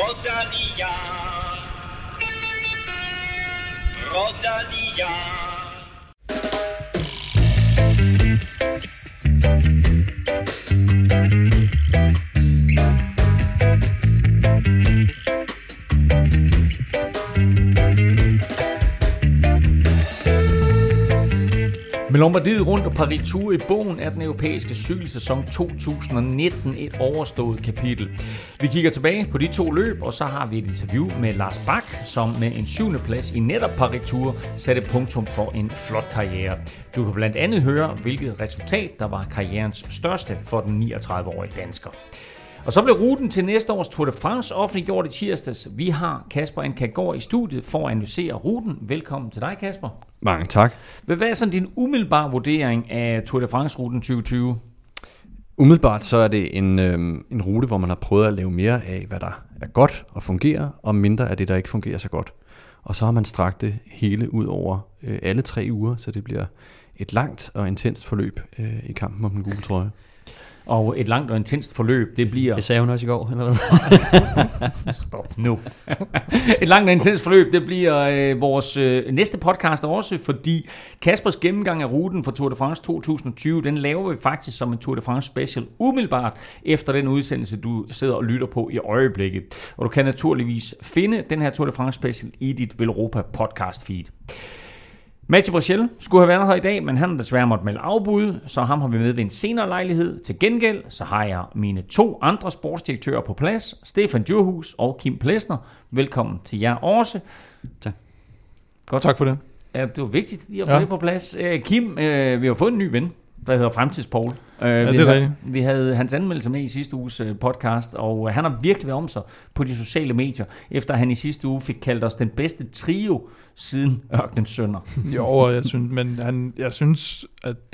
Rodalia, Rodalia. Med Lombardiet rundt og Paris-Tours i bogen er den europæiske cykelsæson 2019 et overstået kapitel. Vi kigger tilbage på de 2 løb, og så har vi et interview med Lars Bak, som med en 7. plads i netop Paris-Tours satte punktum for en flot karriere. Du kan blandt andet høre, hvilket resultat der var karrierens største for den 39-årige dansker. Og så blev ruten til næste års Tour de France offentliggjort i tirsdags. Vi har Kasper Ankergaard i studiet for at analysere ruten. Velkommen til dig, Kasper. Mange tak. Hvad er sådan din umiddelbare vurdering af Tour de France-ruten 2020? Umiddelbart så er det en rute, hvor man har prøvet at lave mere af, hvad der er godt og fungerer, og mindre af det, der ikke fungerer så godt. Og så har man strakt det hele ud over alle 3 uger, så det bliver et langt og intenst forløb i kampen om den gule trøje. Og et langt og intenst forløb, det bliver... Det sagde hun også i går, eller hvad? Stop nu. Et langt og intenst forløb, det bliver vores næste podcast også, fordi Kaspers gennemgang af ruten for Tour de France 2020, den laver vi faktisk som en Tour de France special umiddelbart efter den udsendelse, du sidder og lytter på i øjeblikket. Og du kan naturligvis finde den her Tour de France special i dit Velropa podcast feed. Mathieu Brechel skulle have været her i dag, men han har desværre måttet melde afbud, så ham har vi med ved en senere lejlighed. Til gengæld så har jeg mine 2 andre sportsdirektører på plads, Stefan Djurhus og Kim Plesner. Velkommen til jer også. Tak. Godt. Tak for det. Ja, det var vigtigt lige at få det på plads. Kim, vi har fået en ny ven, der hedder Fremtidspoul. Ja, det er rigtigt. Vi havde hans anmeldelse med i sidste uges podcast, og han har virkelig været om sig på de sociale medier, efter han i sidste uge fik kaldt os den bedste trio siden Ørkenens Sønner. Jo, jeg synes, at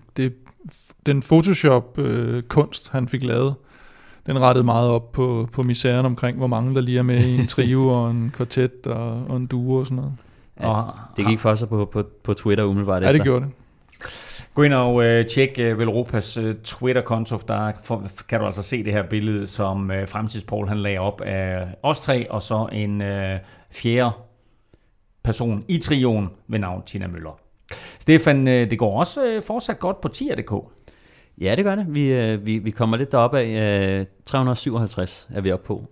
den Photoshop-kunst, han fik lavet, den rettede meget op på misæren omkring, hvor mange der lige er med i en trio og en kvartet og en duo og sådan noget. Ja, det gik for sig på Twitter umiddelbart efter. Ja, det gjorde det. Gå ind og tjek Velropas Twitter-konto, der kan du altså se det her billede, som Fremtidspoul han lagde op af os 3, og så en 4. person i trioen ved navn Tina Møller. Stefan, det går også fortsat godt på tier.dk. Ja, det gør det. Vi kommer lidt deroppe af 357 er vi oppe på.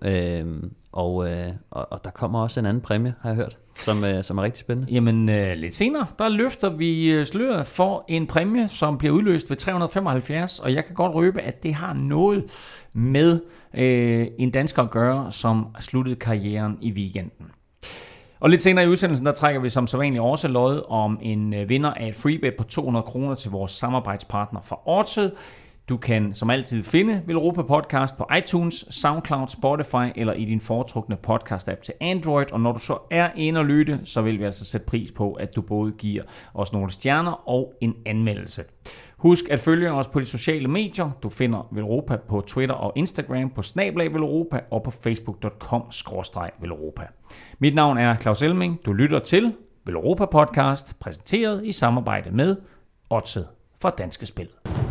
Og der kommer også en anden præmie, har jeg hørt, som er rigtig spændende. Jamen, lidt senere, der løfter vi sløret for en præmie, som bliver udløst ved 375, og jeg kan godt røbe, at det har noget med en dansker at gøre, som sluttede karrieren i weekenden. Og lidt senere i udsendelsen, der trækker vi som sædvanligt også lod om en vinder af et freebet på 200 kroner til vores samarbejdspartner fra Orted. Du kan som altid finde Velropa Podcast på iTunes, SoundCloud, Spotify eller i din foretrukne podcast-app til Android. Og når du så er inde og lytte, så vil vi altså sætte pris på, at du både giver os nogle stjerner og en anmeldelse. Husk at følge os på de sociale medier. Du finder Velropa på Twitter og Instagram på @Velropa og på facebook.com/Velropa. Mit navn er Claus Elming. Du lytter til Velropa Podcast, præsenteret i samarbejde med Odset fra Danske Spil.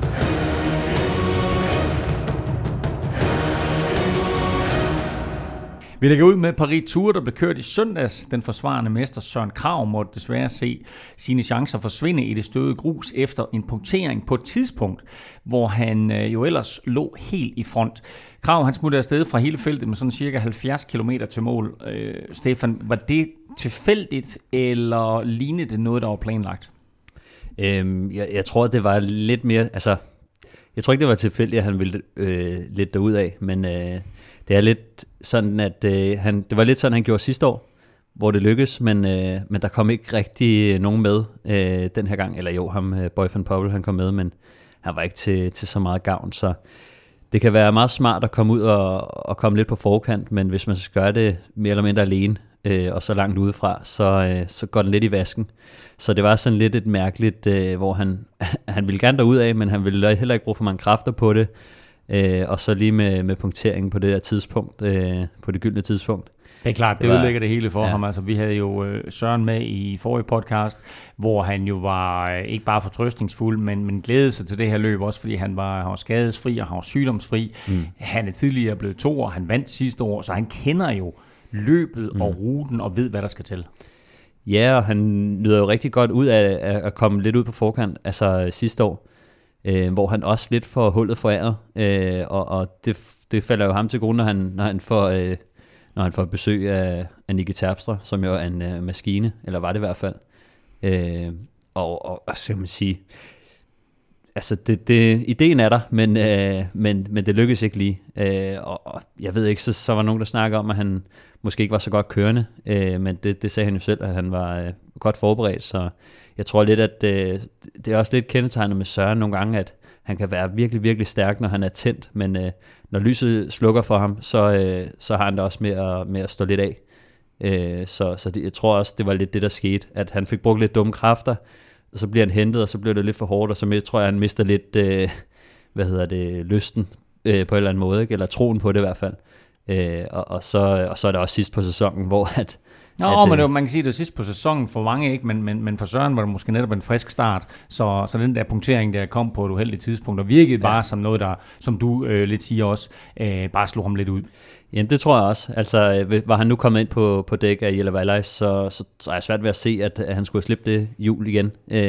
Vi lægger ud med Paris-Tours, der blev kørt i søndags. Den forsvarende mester Søren Kragh måtte desværre se sine chancer forsvinde i det støvede grus efter en punktering på et tidspunkt, hvor han jo ellers lå helt i front. Kragh han smuttede afsted fra hele feltet med sådan cirka 70 km til mål. Stefan, var det tilfældigt, eller lignede det noget, der var planlagt? Jeg tror, det var lidt mere... Altså, jeg tror ikke, det var tilfældigt, at han ville lidt derudad, men... Det er lidt sådan, at det var lidt sådan, han gjorde sidste år, hvor det lykkedes, men der kom ikke rigtig nogen med den her gang. Eller jo, ham Boy van Poppel, han kom med, men han var ikke til så meget gavn. Så det kan være meget smart at komme ud og komme lidt på forkant, men hvis man skal gøre det mere eller mindre alene, og så langt udefra, så går den lidt i vasken. Så det var sådan lidt et mærkeligt, hvor han ville gerne derudad, men han ville heller ikke bruge for mange kræfter på det. Og så lige med punkteringen på det der tidspunkt, på det gyldne tidspunkt. Det er klart, det ødelægger det hele for ham. Altså, vi havde jo Søren med i forrige podcast, hvor han jo var ikke bare fortrøstningsfuld, men glædede sig til det her løb også, fordi han var skadesfri og han var sygdomsfri. Han er tidligere blevet 2 år, han vandt sidste år, så han kender jo løbet og ruten og ved, hvad der skal til. Ja, og han nyder jo rigtig godt ud af at komme lidt ud på forkant, altså sidste år, hvor han også lidt får hullet foræret, og det falder jo ham til grund, når han får besøg af Nicky Terpstra, som jo er en maskine, eller var det i hvert fald. Og så kan man sige, altså ideen er der, men det lykkedes ikke lige. Og jeg ved ikke, så var nogen, der snakker om, at han måske ikke var så godt kørende, men det sagde han jo selv, at han var godt forberedt, så jeg tror lidt, at det er også lidt kendetegnet med Søren nogle gange, at han kan være virkelig, virkelig stærk, når han er tændt, men når lyset slukker for ham, så har han det også med at stå lidt af. Så jeg tror også, det var lidt det, der skete, at han fik brugt lidt dumme kræfter, og så bliver han hentet, og så bliver det lidt for hårdt, og så tror jeg, han mister lidt, lysten på en eller anden måde, ikke? Eller troen på det i hvert fald. Og så er det også sidst på sæsonen, hvor men man kan sige, at det er sidst på sæsonen for mange, ikke, men for Søren var det måske netop en frisk start, så den der punktering, der kom på et uheldigt tidspunkt, og virkede bare som noget, der, som du lidt siger også, bare slog ham lidt ud. Jamen, det tror jeg også. Altså, var han nu kommet ind på dæk af Jelle Vallejs, så er jeg svært ved at se, at han skulle slippe det hjul igen.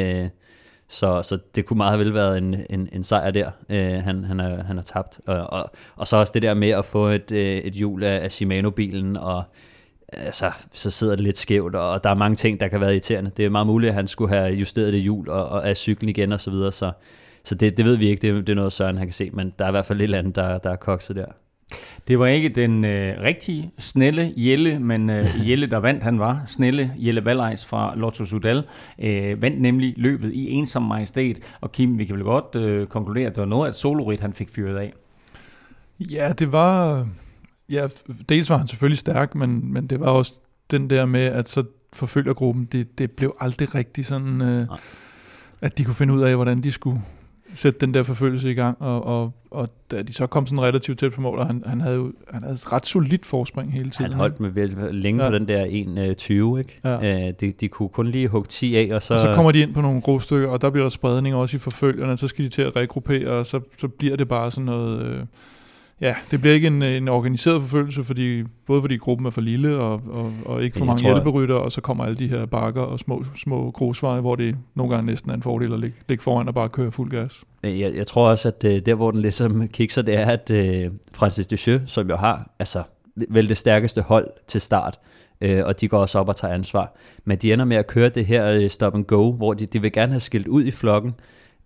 Så det kunne meget vel været en sejr der, han har tabt. Og så også det der med at få et hjul af Shimano-bilen, og altså, så sidder det lidt skævt, og der er mange ting, der kan være irriterende. Det er meget muligt, at han skulle have justeret det hjul og af cyklen igen og så videre. Så det ved vi ikke, det er noget Søren, han kan se, men der er i hvert fald et eller andet, der er kokset der. Det var ikke den rigtige snelle Jelle, men Jelle, der vandt, han var snelle Jelle Vallejs fra Lotto Soudal. Vandt nemlig løbet i ensom majestæt, og Kim, vi kan vel godt konkludere, at det var noget af et solorit, han fik fyret af. Ja, det var... Ja, dels var han selvfølgelig stærk, men det var også den der med, at så forfølgergruppen, det blev aldrig rigtig sådan, at de kunne finde ud af, hvordan de skulle sætte den der forfølgelse i gang, og da de så kom sådan relativt tæt på mål, og han havde et ret solidt forspring hele tiden. Han holdt med længe på den der 1.20, ikke? Ja. De kunne kun lige hugge 10 af, og så kommer de ind på nogle grovstykker, og der bliver der spredning også i forfølgerne, så skal de til at regruppere, og så bliver det bare sådan noget... Ja, det bliver ikke en organiseret forfølgelse, både fordi gruppen er for lille, og ikke for mange hjælperytter, og så kommer alle de her bakker og små grusveje, hvor det nogle gange næsten er en fordel at ligge foran og bare køre fuld gas. Jeg tror også, at der hvor den ligesom kikser, det er, at Francis Deschamps, som jo har altså vel det stærkeste hold til start, og de går også op og tager ansvar, men de ender med at køre det her stop and go, hvor de vil gerne have skilt ud i flokken,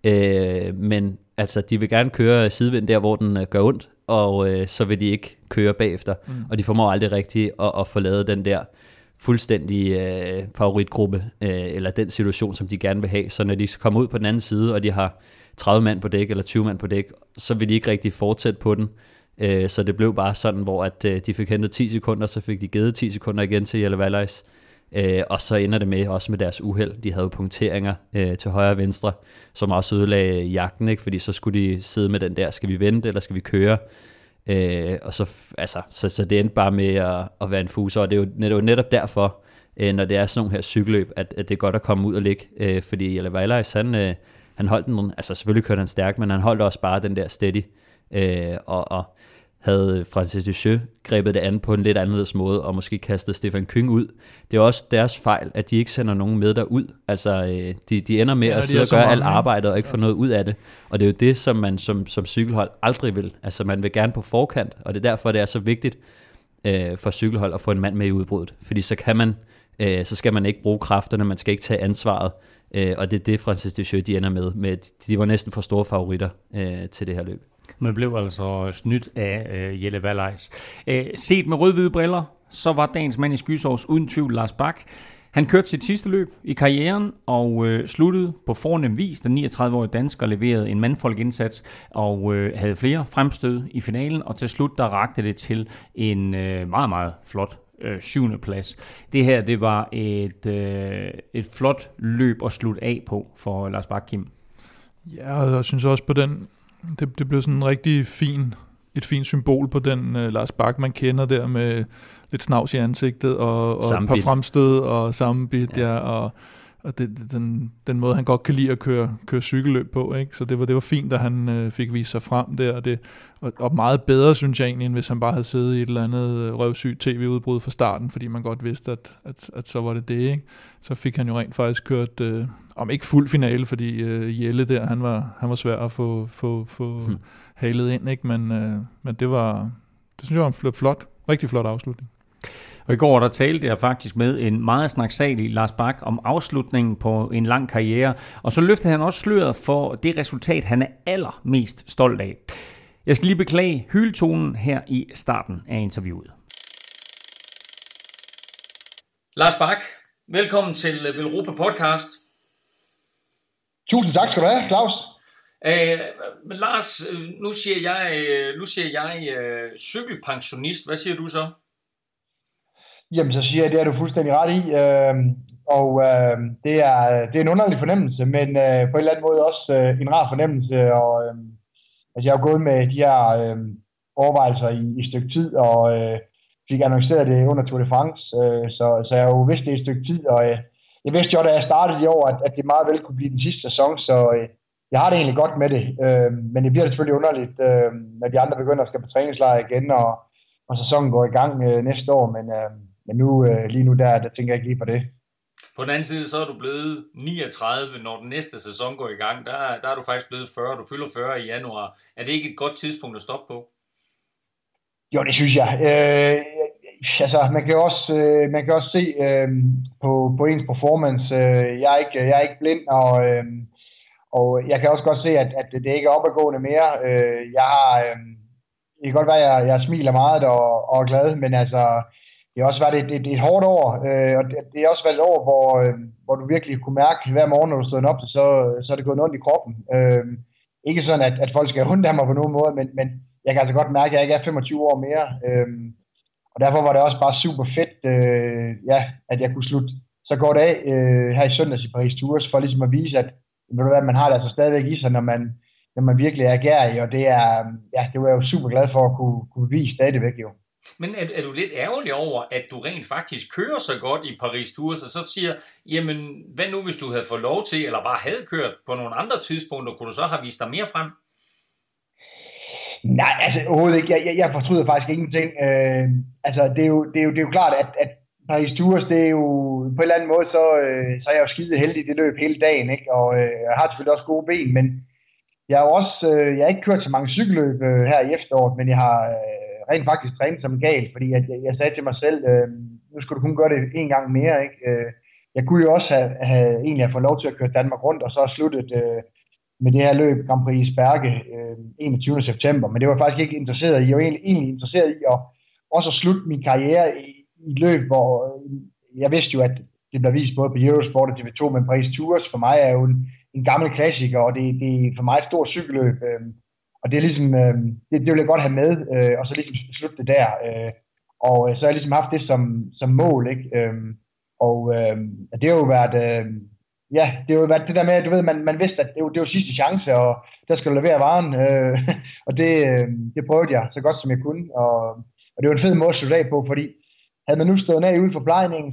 men altså de vil gerne køre sidevind der, hvor den gør ondt, og så vil de ikke køre bagefter, og de formår aldrig rigtigt at få lavet den der fuldstændig favoritgruppe, eller den situation, som de gerne vil have, så når de kommer ud på den anden side, og de har 30 mand på dæk, eller 20 mand på dæk, så vil de ikke rigtig fortsætte på den, så det blev bare sådan, hvor at de fik hentet 10 sekunder, så fik de givet 10 sekunder igen til Jelle Vallejs, og så ender det med også med deres uheld. De havde punkteringer til højre og venstre, som også ødelagde jagten, ikke? Fordi så skulle de sidde med den der, skal vi vente, eller skal vi køre? Og så det endte bare med at være en fuser, og det er jo netop derfor, når det er sådan nogle her cykelløb, at det er godt at komme ud og ligge, fordi Jelle Vallejs, han holdt den, altså selvfølgelig kørte han stærkt, men han holdt også bare den der steady, og havde Francis Deschamps grebet det an på en lidt anderledes måde, og måske kastet Stefan Küng ud. Det er også deres fejl, at de ikke sender nogen med derud. Altså, de ender med at sidde og gøre alt arbejdet, og ikke få noget ud af det. Og det er jo det, som man som cykelhold aldrig vil. Altså, man vil gerne på forkant, og det er derfor, det er så vigtigt for cykelhold at få en mand med i udbruddet. Fordi så skal man ikke bruge kræfterne, man skal ikke tage ansvaret. Og det er det, Francis Deschamps de ender med. De var næsten for store favoritter til det her løb. Man blev altså snydt af Jelle Vallejs. Set med rød-hvide briller, så var dagens mand i skysovs uden tvivl Lars Bak. Han kørte sit sidste løb i karrieren og sluttede på fornem vis. Den 39-årige dansker leverede en mandfolkindsats og havde flere fremstød i finalen, og til slut der rakte det til en meget, meget flot 7. plads. Det her, det var et flot løb at slutte af på for Lars Bak, Kim. Ja, og jeg synes også på den Det blev sådan en rigtig et fint symbol på den Lars Bak, man kender der med lidt snavs i ansigtet og et par fremstød og sammenbit, og den måde, han godt kan lide at køre cykelløb på, ikke? Så det var fint, at han fik vist sig frem der, og meget bedre, synes jeg egentlig, end hvis han bare havde siddet i et eller andet røvsygt tv-udbrud fra starten, fordi man godt vidste, at så var det, ikke? Så fik han jo rent faktisk kørt, om ikke fuld finale, fordi Jelle der, han var svær at få halet ind, ikke? Men det synes jeg var en rigtig flot afslutning. Og i går der talte jeg faktisk med en meget snaksalig Lars Bak om afslutningen på en lang karriere, og så løftede han også sløret for det resultat, han er allermest stolt af. Jeg skal lige beklage hyletonen her i starten af interviewet. Lars Bak, velkommen til Velropa Podcast. Tusind tak skal du have, Claus. Lars, nu siger jeg cykelpensionist. Hvad siger du så? Jamen, så siger jeg, det er du fuldstændig ret i, det er en underlig fornemmelse, men på en eller anden måde også en rar fornemmelse, og jeg har gået med de her overvejelser i et stykke tid, og fik annonceret det under Tour de France, så jeg jo vidste det et stykke tid, og jeg vidste jo, da jeg startede i år, at det meget vel kunne blive den sidste sæson, så jeg har det egentlig godt med det, men det bliver det selvfølgelig underligt, når de andre begynder at skal på træningslejr igen, og sæsonen går i gang næste år, men nu, lige nu der tænker jeg ikke lige på det. På den anden side, så er du blevet 39, når den næste sæson går i gang. Der er du faktisk blevet 40, du fylder 40 i januar. Er det ikke et godt tidspunkt at stoppe på? Jo, det synes jeg. Altså, man kan også se på ens performance. Jeg er ikke blind, og jeg kan også godt se, at det ikke er opadgående mere. Det kan godt være, at jeg smiler meget og er glad, men altså, det har også været et hårdt år, og det har også været et år, hvor du virkelig kunne mærke hver morgen, når du stod op, så er det gået ondt i kroppen. Ikke sådan, at folk skal have af mig på nogen måde, men jeg kan altså godt mærke, at jeg ikke er 25 år mere. Og derfor var det også bare super fedt, at jeg kunne slutte så godt af her i søndags i Paris Tours, for ligesom at vise, at man har det altså stadigvæk i sig, når man virkelig er agerig, og det var jeg jo super glad for at kunne bevise stadigvæk jo. Men er du lidt ærgerlig over, at du rent faktisk kører så godt i Paris Tours, og så siger, jamen, hvad nu hvis du havde fået lov til, eller bare havde kørt på nogle andre tidspunkter, kunne du så have vist dig mere frem? Nej, altså overhovedet ikke. Jeg fortryder faktisk ingenting. Altså, det er jo klart, at Paris Tours, det er jo på en eller anden måde, så er jeg jo skide heldig i det løb hele dagen, ikke? Og jeg har selvfølgelig også gode ben, men jeg har ikke kørt så mange cykelløb her i efteråret, men jeg har rent faktisk trænet som gal, fordi jeg sagde til mig selv, nu skal du kun gøre det en gang mere, ikke? Jeg kunne jo også have fået lov til at køre Danmark rundt, og så sluttet med det her løb Grand Prix Sperge 21. september, men det var faktisk ikke interesseret i. Jeg var egentlig interesseret i at også slutte min karriere i et løb, hvor jeg vidste jo, at det blev vist både på Eurosport og TV2, men Paris Tours for mig er jo en gammel klassiker, og det er for mig et stort cykelløb, og det er ligesom, det vil jeg godt have med, og så ligesom slutte det der, og så har jeg ligesom haft det som mål, ikke? Det har jo været, det har jo været det der med, at du ved, man vidste, at det var sidste chance, og der skulle du levere varen, og det prøvede jeg så godt som jeg kunne, og det var en fed måde at slutte af på, fordi havde man nu stået ned ude for plejningen,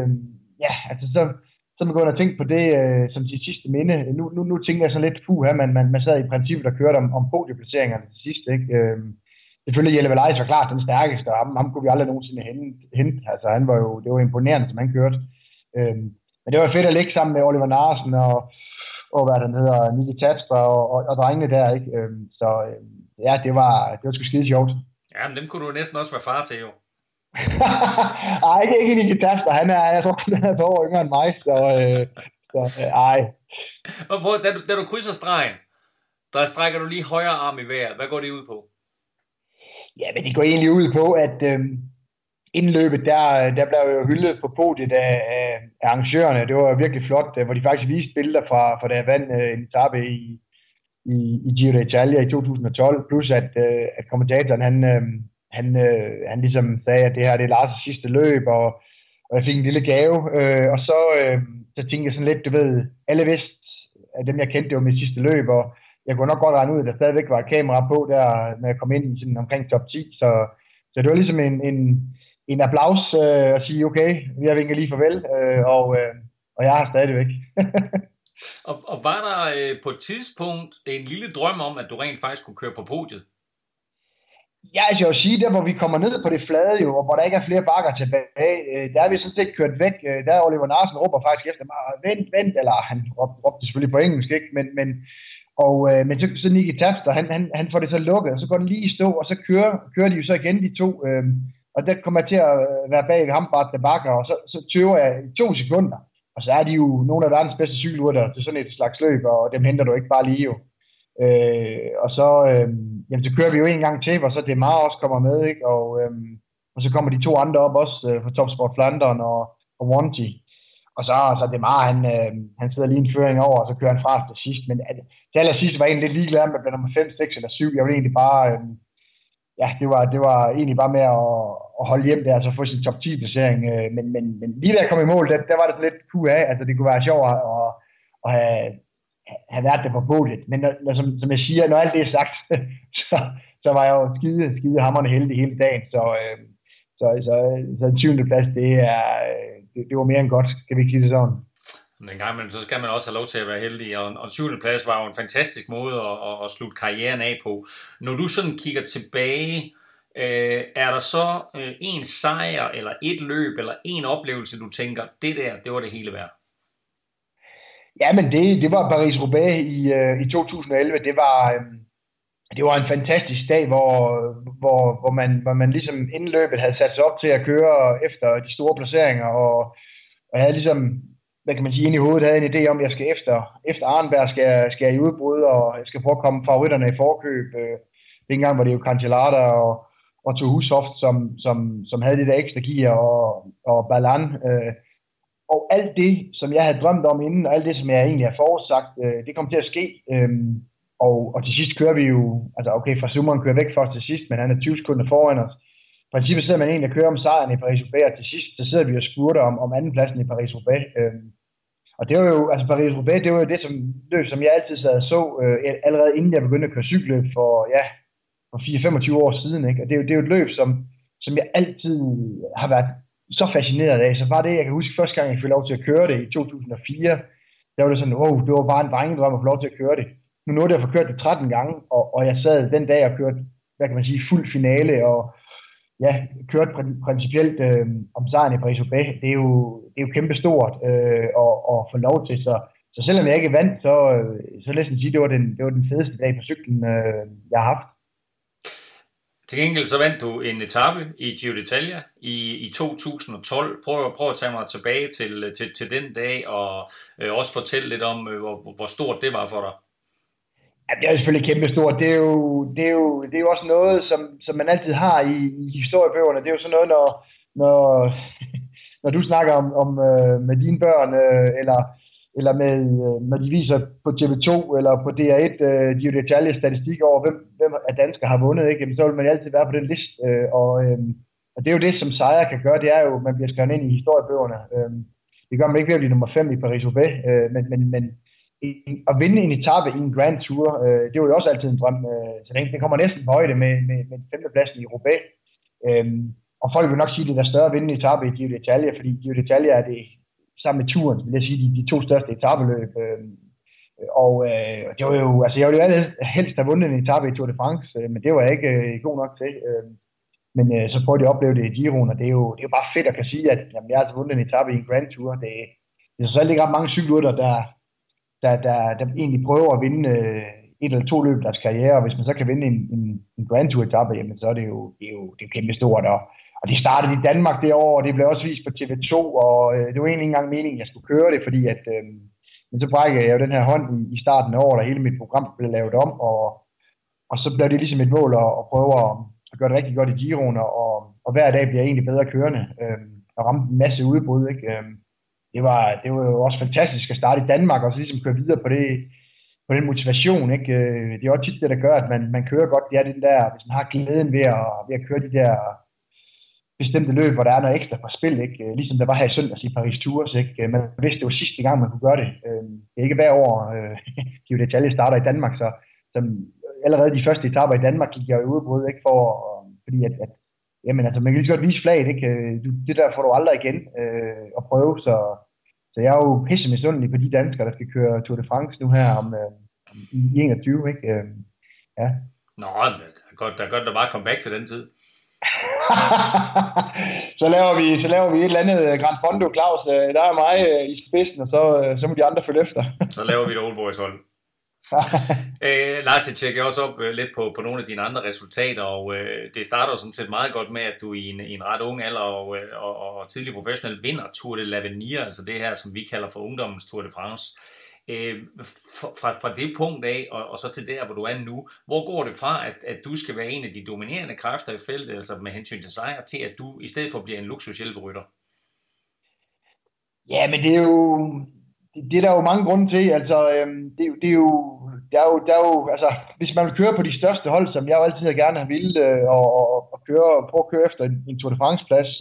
så man gået og tænkt på det som sit sidste minde. Nu tænker jeg så lidt, man sad i princippet og kørte om podieplaceringerne til sidst, ikke? Selvfølgelig Jelle Valais var klart den stærkeste, og ham kunne vi aldrig nogensinde hente. Altså det var imponerende, som han kørte. Men det var fedt at ligge sammen med Oliver Narsen og hvad den hedder, Niki Tatsper og drengene der, ikke? Det var sgu skide sjovt. Ja, men dem kunne du næsten også være far til, jo. Ej, ikke Niki Tatsper. Jeg tror, han er et år yngre end mig, ej. Da du krydser stregen, der strækker du lige højre arm i vejret. Hvad går det ud på? Ja, men det går egentlig ud på, at inden løbet, der blev jo hyldet på podiet af arrangørerne. Det var virkelig flot, hvor de faktisk viste billeder fra da jeg vandt en etape i Giro d'Italia i 2012. Plus at kommentatoren, han ligesom sagde, at det her det er Lars' sidste løb, og jeg fik en lille gave. Og så tænkte jeg sådan lidt, du ved, alle vidste, at dem jeg kendte, det var mit sidste løb, og jeg kunne nok godt regne ud, at der stadigvæk var et kamera på, der, når jeg kom ind i sådan omkring top 10, så det var ligesom en applaus at sige, okay, vi har vinket lige farvel, og jeg er stadigvæk. Og var der på et tidspunkt en lille drøm om, at du rent faktisk kunne køre på podiet? Ja, altså jeg vil sige, der hvor vi kommer ned på det flade jo, og hvor der ikke er flere bakker tilbage, der er vi sådan set kørt væk. Der er Oliver Narsen råber faktisk efter mig, vent, eller han råbte selvfølgelig på engelsk, ikke? Men så Nicky Tapster, han får det så lukket, og så går den lige i stå, og så kører de jo så igen, de to. Og der kommer jeg til at være bag ved ham, Bart de Bakker, og så tøver jeg i 2 sekunder. Og så er de jo nogle af verdens bedste cykelryttere til sådan et slags løb, og dem henter du ikke bare lige jo. Og så kører vi jo en gang til, og så Demar også kommer med, ikke? Og så kommer de 2 andre op også fra Topsport Flandern og Wanty. Og så Demar, han sidder lige en føring over, og så kører han fra til sidst. Men til allersidst var jeg egentlig lidt ligeglad med at blive nummer 5, 6 eller 7. Jeg ville egentlig bare, det var egentlig bare med at holde hjem der, altså få sin top 10 placering. Men lige da jeg kom i mål, der var det sådan lidt QA. Altså det kunne være sjovt at have været der på podiet. Men som jeg siger, når alt det er sagt, så var jeg jo skide hamrende heldig hele dagen. Så en 20. plads, det var mere end godt, skal vi ikke sige det sådan. Men en gang imellem, så skal man også have lov til at være heldig, og 20. plads var jo en fantastisk måde at slutte karrieren af på. Når du sådan kigger tilbage, er der så en sejr, eller et løb, eller en oplevelse, du tænker, det var det hele værd? Ja, men det var Paris-Roubaix i 2011. Det var en fantastisk dag, hvor man ligesom inden løbet havde sat sig op til at køre efter de store placeringer, og jeg havde ligesom, hvad kan man sige, inde i hovedet, havde en idé om, at jeg skal efter Arnberg skal jeg i udbrud, og jeg skal prøve at komme favoritterne i forkøb. Dengang var det jo Cancellara og Tue Hushoft, som havde det der ekstra gear, og Ballan. Og alt det, som jeg havde drømt om inden, og alt det, som jeg egentlig har forudsagt, det kom til at ske. Og til sidst kører vi jo, altså okay, fra Summeren kører væk først til sidst, men han er 20 sekunder foran os. I princippet sidder man egentlig og kører om sejren i Paris-Roubaix, og til sidst, så sidder vi og spurter om andenpladsen i Paris-Roubaix. Og det var jo, altså Paris-Roubaix, det var jo det løb, som jeg altid sad og så, allerede inden jeg begyndte at køre cykelløb for 4-25 år siden, ikke? Og det er jo et løb, som jeg altid har været så fascineret af. Så var det, jeg kan huske første gang, jeg fik lov til at køre det i 2004, der var det sådan, det var bare en drengedrøm at få lov til at køre det. Nu nåede jeg at få kørt det 13 gange, og jeg sad den dag og kørte, hvad kan man sige, fuld finale, og kørte principielt om sejren i Paris-Roubaix. Det er jo kæmpestort at få lov til, så selvom jeg ikke vandt, så lad os sige, det var den fedeste dag på cyklen, jeg har haft. Til gengæld så vandt du en etape i Giro d'Italia i 2012. Prøv at tage mig tilbage til den dag, og også fortælle lidt om, hvor stort det var for dig. Ja, det er selvfølgelig kæmpestort. Det er jo også noget, som man altid har i historiebøgerne. Det er jo sådan noget, når du snakker om med dine børn, eller med, når de viser på TV2 eller på DR1 Giro d'Italia statistik over, hvem af danskere har vundet, ikke? Jamen, så vil man altid være på den liste. Og det er jo det, som sejre kan gøre. Det er jo, at man bliver skrevet ind i historiebøgerne. Det gør man ikke ved at blive nummer 5 i Paris-Roubaix, men at vinde en etape i en Grand Tour, det var jo også altid en drøm. Så den kommer næsten på højde med 5. pladsen i Roubaix. Og folk vil nok sige, at det er større at vinde en etape i Giro d'Italia, fordi Giro d'Italia er det sammen med turen, vil jeg sige, de 2 største etapeløb. Det var jo, altså jeg ville jo helst have vundet en etape i Tour de France, men det var jeg ikke god nok til. Men så prøvede jeg at opleve det i Giroen, og det er jo bare fedt at kan sige, at jamen, jeg har altså vundet en etape i en Grand Tour. Det er så ikke ret mange cykelryttere, der egentlig prøver at vinde 1 eller 2 løb i deres karriere, og hvis man så kan vinde en Grand Tour etape, jamen så er det jo kæmpe stort. Og det startede i Danmark det år, og det blev også vist på TV2, og det var egentlig ikke engang meningen, at jeg skulle køre det, fordi at, men så brækkede jeg jo den her hånd i starten af året, og hele mit program blev lavet om, og så blev det ligesom et mål at prøve at gøre det rigtig godt i Giroen, og hver dag bliver jeg egentlig bedre kørende, og ramte en masse udbrud, ikke? Det var jo også fantastisk at starte i Danmark, og så ligesom køre videre på den motivation, ikke? Det er også tit det, der gør, at man kører godt. Det er den der, hvis man har glæden ved at køre de der bestemte løb, hvor der er noget ekstra på spil, ikke? Ligesom der var her i søndags i Paris Tours, ikke? Man vidste, det var sidste gang, man kunne gøre det. Det er ikke hver år, Giro d'Italia starter i Danmark, så som allerede de første etaper i Danmark gik jeg i udbrud, ikke, fordi at jamen, altså, man kan lige godt vise flaget, ikke? Det der får du aldrig igen at prøve, så jeg er jo pisse misundelig på de danskere, der skal køre Tour de France nu her i 21, ikke? Ja. Nå, der er godt, der bare komme back til den tid. så laver vi et eller andet Grand Fondo, Claus. Der er mig i spidsen, og så må de andre følge efter. Så laver vi et Old Boys hold. Lars, jeg tjekker også op lidt på nogle af dine andre resultater, og det starter jo sådan set meget godt med, at du i en ret ung alder og tidlig professionel vinder Tour de l'Avenir, altså det her, som vi kalder for ungdommens Tour de France. Fra det punkt af, og så til der, hvor du er nu, hvor går det fra, at du skal være en af de dominerende kræfter i feltet, altså med hensyn til sejr, til at du i stedet for bliver en luksushjælperytter? Ja, men det er jo... Det er der jo mange grunde til, altså, der er jo, altså, hvis man vil køre på de største hold, som jeg jo altid gerne har ville, og prøve at køre efter en Tour de France-plads,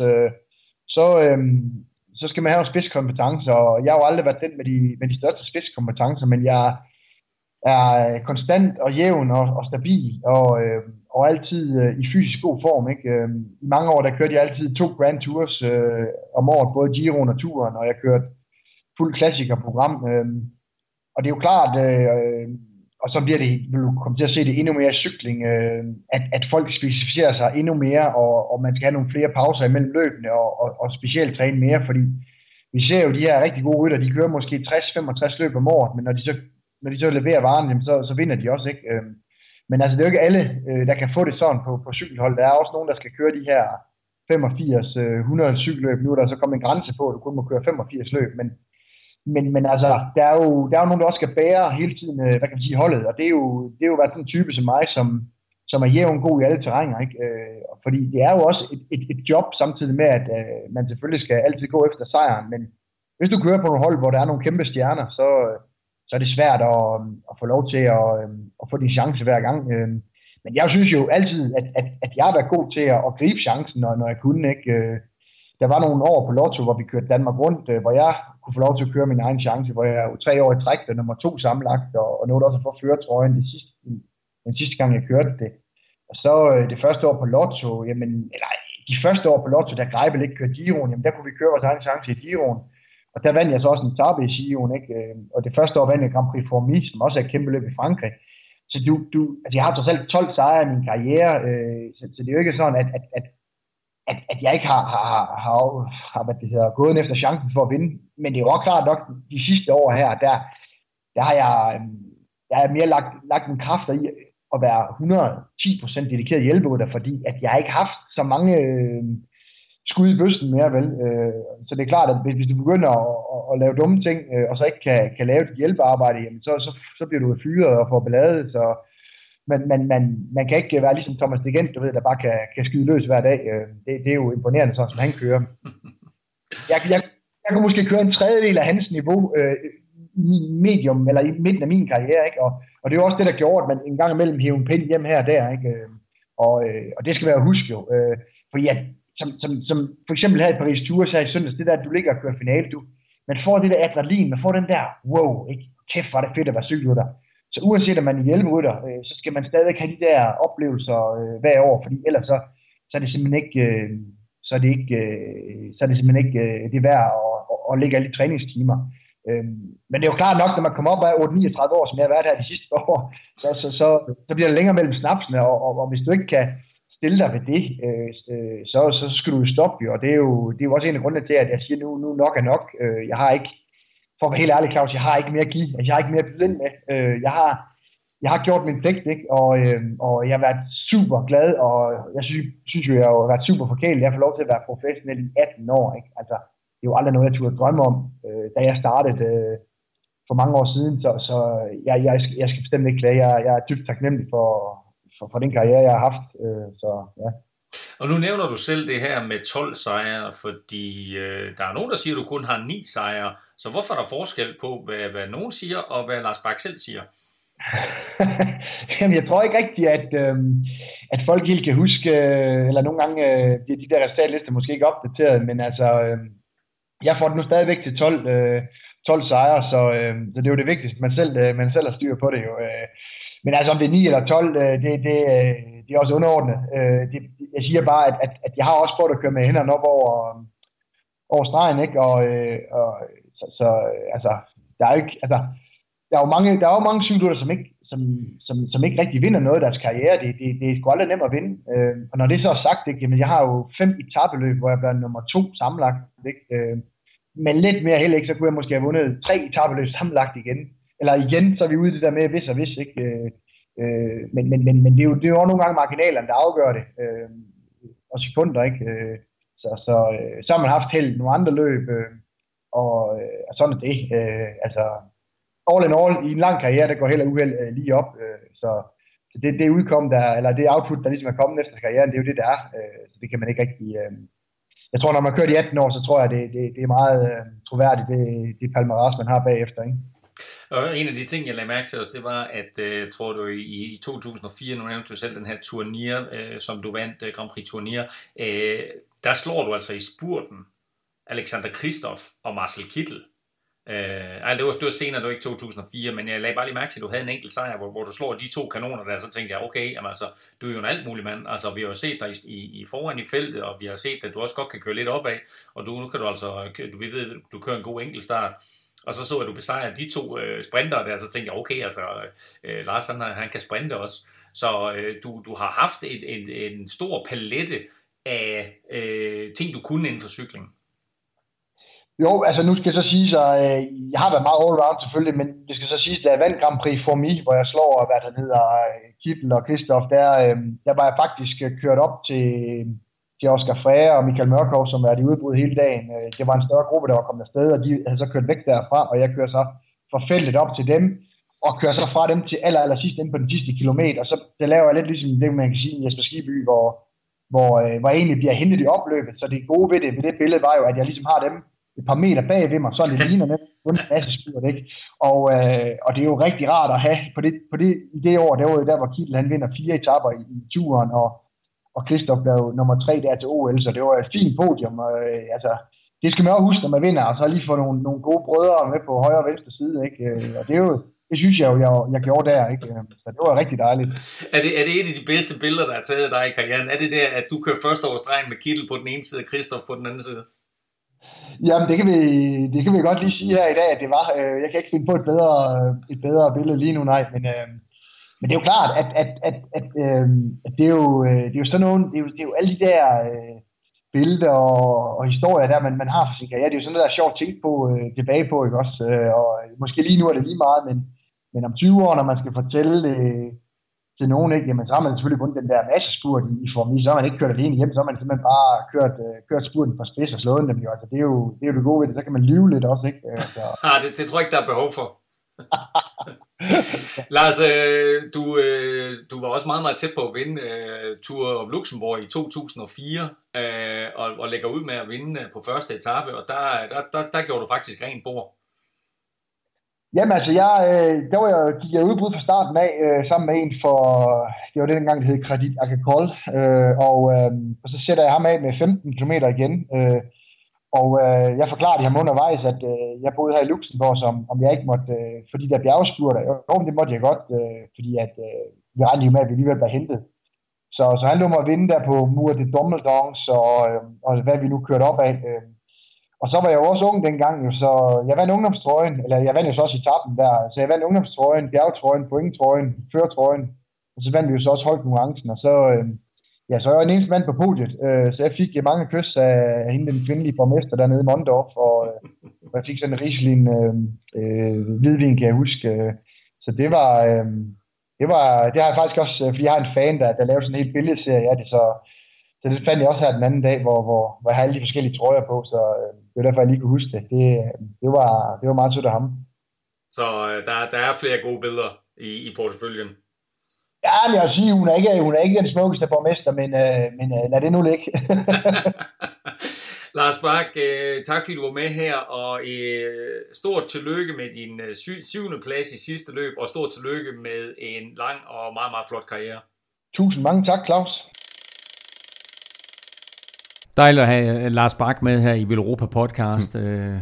så skal man have nogle spidskompetencer, og jeg har jo aldrig været den med de største spidskompetencer, men jeg er konstant og jævn og stabil, og altid i fysisk god form, ikke? I mange år, der kørte jeg altid 2 Grand Tours om året, både Giroen og Touren, og jeg kørte fuld klassikerprogram, og det er jo klart, og så bliver det, vil du komme til at se det endnu mere i cykling, at folk specificerer sig endnu mere, og man skal have nogle flere pauser imellem løbene, og specielt træne mere, fordi vi ser jo de her rigtig gode rytter, de kører måske 60-65 løb om året, men når de så leverer varen, så vinder de også, ikke? Men altså, det er jo ikke alle, der kan få det sådan på cykelhold. Der er også nogen, der skal køre de her 85-100 cykelløb. Nu er der så kommet en grænse på, at du kun må køre 85 løb, men altså, der er jo nogen, der også skal bære hele tiden, hvad kan man sige, holdet, og det er jo været sådan en type som mig, som er jævn god i alle terrænger, ikke? Fordi det er jo også et job, samtidig med, at man selvfølgelig skal altid gå efter sejren, men hvis du kører på nogle hold, hvor der er nogle kæmpe stjerner, så er det svært at få lov til at få din chance hver gang. Men jeg synes jo altid, at jeg har været god til at gribe chancen, når jeg kunne, ikke? Der var nogle år på Lotto, hvor vi kørte Danmark rundt, hvor jeg kunne få lov til at køre min egen chance, hvor jeg jo 3 år i træk, der nummer 2 sammenlagt, og nåede også at få førertrøjen den sidste gang, jeg kørte det. Og så det første år på Lotto, de første år på Lotto, der Greibel ikke kørte Giroen, jamen der kunne vi køre vores egen chance i Giroen. Og der vandt jeg så også en etape i Giroen, ikke? Og det første år vandt jeg Grand Prix Fourmi, som også er et kæmpe løb i Frankrig. Så altså jeg har trods alt 12 sejre i min karriere, så det er jo ikke sådan, at jeg ikke har hvad det hedder, gået efter chancen for at vinde. Men det er jo også klart nok, de sidste år her, der har jeg mere lagt en kræfter i at være 110% dedikeret hjælperytter, fordi at jeg ikke har haft så mange skud i bøsten mere, vel. Så det er klart, at hvis du begynder at lave dumme ting, og så ikke kan lave dit hjælpearbejde, jamen så bliver du fyret og får ballade, så man kan ikke være ligesom Thomas Degent, du ved, der bare kan skyde løs hver dag. Det er jo imponerende, sådan som han kører. Jeg kunne måske køre en tredjedel af hans niveau i medium, eller i midten af min karriere, ikke? Og det er jo også det, der gjorde, at man en gang imellem hæver en pind hjem her og der, ikke? Og det skal være husk jo. Fordi at, som for eksempel her i Paris Tours her i søndags, det der, at du ligger og kører finale, man får det der adrenalin, man får den der, wow, ikke? Kæft, var det fedt at være cykelrytter. Så uanset om man er hjælperytter, så skal man stadig have de der oplevelser hver år, fordi ellers så er det simpelthen ikke, så er det simpelthen ikke det værd at lægge alle de træningstimer. Men det er jo klart nok, når man kommer op af 8-39 år, som jeg har været her de sidste år, så bliver det længere mellem snapsene, og hvis du ikke kan stille dig ved det, så skal du jo stoppe, og det er jo også en af grundene til, at jeg siger, nu nok er nok. Jeg har ikke, for at være helt ærlig, Claus, jeg har ikke mere at give, jeg har ikke mere at byde ind med. Jeg har gjort min pligt, ikke? Og jeg har været super glad, og jeg synes jo, jeg har været super forkælet. Jeg får lov til at være professionel i 18 år, ikke? Altså, det er jo aldrig noget, jeg turde drømme om, da jeg startede for mange år siden, så jeg skal bestemt ikke klage. Jeg er dybt taknemmelig for den karriere, jeg har haft, så ja. Og nu nævner du selv det her med 12 sejre, fordi der er nogen, der siger, at du kun har 9 sejre. Så hvorfor er der forskel på, hvad nogen siger, og hvad Lars Bak selv siger? Jamen, jeg tror ikke rigtigt, at folk helt kan huske, eller nogle gange bliver de der resultatlister måske ikke opdateret, men altså, jeg får det nu stadigvæk til 12 sejre, så det er jo det vigtigste, man selv har styr på det jo. Men altså om det er 9 eller 12, det er også underordnet. Jeg siger bare, at jeg har også prøvet at køre med hænderne op over stregen, ikke? Så altså, der er jo ikke, altså, der er jo mange cykelryttere, som ikke rigtig vinder noget i deres karriere. Det er sgu aldrig nemt at vinde. Og når det så er sagt, ikke, jamen, jeg har jo 5 etapeløb, hvor jeg bliver nummer 2 sammenlagt. Ikke? Men lidt mere held, ikke, så kunne jeg måske have vundet 3 etapeløb sammenlagt igen. Eller igen, så er vi ude i det der med hvis og hvis. Ikke? Men det er jo nogle gange marginalerne, der afgør det. Og sekunder, ikke? Så har man haft held nogle andre løb, og sådan er det. Altså, all in all, i en lang karriere, der går held og uheld lige op. Så det udkom der, eller det output, der ligesom er kommet efter karrieren, det er jo det, der er. Så det kan man ikke rigtig... Jeg tror, når man kører de 18 år, så tror jeg, det er meget troværdigt, det palmarès, man har bagefter, ikke? Og en af de ting, jeg lagde mærke til os, det var, at tror du i 2004, nu nævnte du selv den her Tournier, som du vandt, Grand Prix Tournier, der slår du altså i spurten Alexander Kristoff og Marcel Kittel. Det var senere, det var ikke 2004, men jeg lagde bare lige mærke til, at du havde en enkelt sejr, hvor du slår de 2 kanoner der, så tænkte jeg, okay, jamen altså, du er jo en alt mulig mand, altså vi har jo set dig i foran i feltet, og vi har set, at du også godt kan køre lidt opad, og nu kan du altså, vi ved, du kører en god enkeltstart, og så at du besejrer de 2 sprinter der, så tænkte jeg, okay, altså Lars han kan sprinte også, så du har haft en stor palette af ting, du kunne inden for cykling. Jo, altså nu skal jeg så sige, så jeg har været meget all-round selvfølgelig, men det skal så siges, da jeg vandt Grand Prix Fourmi, hvor jeg slår, hvad der hedder, Kittel og Kristoff, der var jeg faktisk kørt op til Oscar Freire og Michael Mørkov, som var de udbrud hele dagen. Det var en større gruppe, der var kommet afsted, og de havde så kørt væk derfra, og jeg kører så fra feltet op til dem, og kører så fra dem til aller sidst ind på den sidste kilometer, og så der laver jeg lidt ligesom det, man kan sige i Jesper Skibby, hvor jeg egentlig bliver hentet i opløbet, så det gode ved det billede var jo, at jeg ligesom har dem et par meter bag ved mig, sådan det ligner en masse spurt, ikke? Og det er jo rigtig rart at have i det år, der hvor Kittel han vinder 4 etaper i turen, og Kristoff blev nummer 3 der til OL, så det var et fint podium. Altså, det skal man også huske, når man vinder, og så lige få nogle gode brødre med på højre og venstre side, ikke? Og det synes jeg jo, jeg gjorde der, ikke? Så det var rigtig dejligt. Er det et af de bedste billeder, der er taget af dig i karrieren? Er det der, at du kører første over stregen med Kittel på den ene side, og Kristoff på den anden side? Jamen, det kan vi godt lige sige her i dag, at det var. Jeg kan ikke finde på et bedre billede lige nu, nej. Men det er jo klart, at det er jo sådan nogle, det er jo alle de der billeder og historier der, man har for sin karriere. Det er jo sådan noget, der er sjovt at tænke på, tilbage på, ikke også? Og måske lige nu er det lige meget, men om 20 år, når man skal fortælle til nogen, ikke, jamen så har man selvfølgelig vundet den der massespurt i Formel 1, så har man ikke kørt alene hjem, så har man simpelthen bare kørt spurten fra spids og slået dem jo. Altså, det er jo det gode ved det, så kan man lyve lidt også, ikke? Så. Det tror jeg ikke, der er behov for. Lars, du var også meget, meget tæt på at vinde Tour of Luxembourg i 2004, og lægger ud med at vinde på første etape, og der gjorde du faktisk rent bord. Jamen altså, gik jeg udbrud fra starten af, sammen med en for, det var dengang, det hed Credit Agricole, og så sætter jeg ham af med 15 km igen, og jeg forklarede ham undervejs, at jeg boede her i Luxembourg, om jeg ikke måtte, fordi der bjergspurter, jo, det måtte jeg godt, fordi at vi regnede jo med, at vi alligevel blev hentet. Så han lå mig at vinde der på Mur de Dommeldongs, og hvad vi nu kørte op af. Og så var jeg jo også ung dengang, så jeg vandt ungdomstrøjen, eller jeg vandt jo så også etappen der, så jeg vandt ungdomstrøjen, bjergetrøjen, pointtrøjen, førertrøjen, og så vandt vi jo så også holdkonkurrencen, og så er jeg en eneste mand på podiet, så jeg fik mange kys af hende, den kvindelige borgmester dernede i Mondorf, og jeg fik sådan en Riesling hvidvin, kan jeg huske, så det har jeg faktisk også, fordi jeg har en fan, der lavede sådan en helt billedserie af det, så det fandt jeg også her den anden dag, hvor jeg havde alle de forskellige trøjer på, så det var derfor, jeg lige kunne huske det. Det var meget sødt af ham. Så der er flere gode billeder i porteføljen? Ja, men jeg vil sige, hun er ikke den smukkeste borgmester, men lad det nu ligge. Lars Bak, tak fordi du var med her, og stort tillykke med din 7. plads i sidste løb, og stort tillykke med en lang og meget, meget flot karriere. Tusind mange tak, Claus. Dejligt at have Lars Bak med her i Velropa Podcast.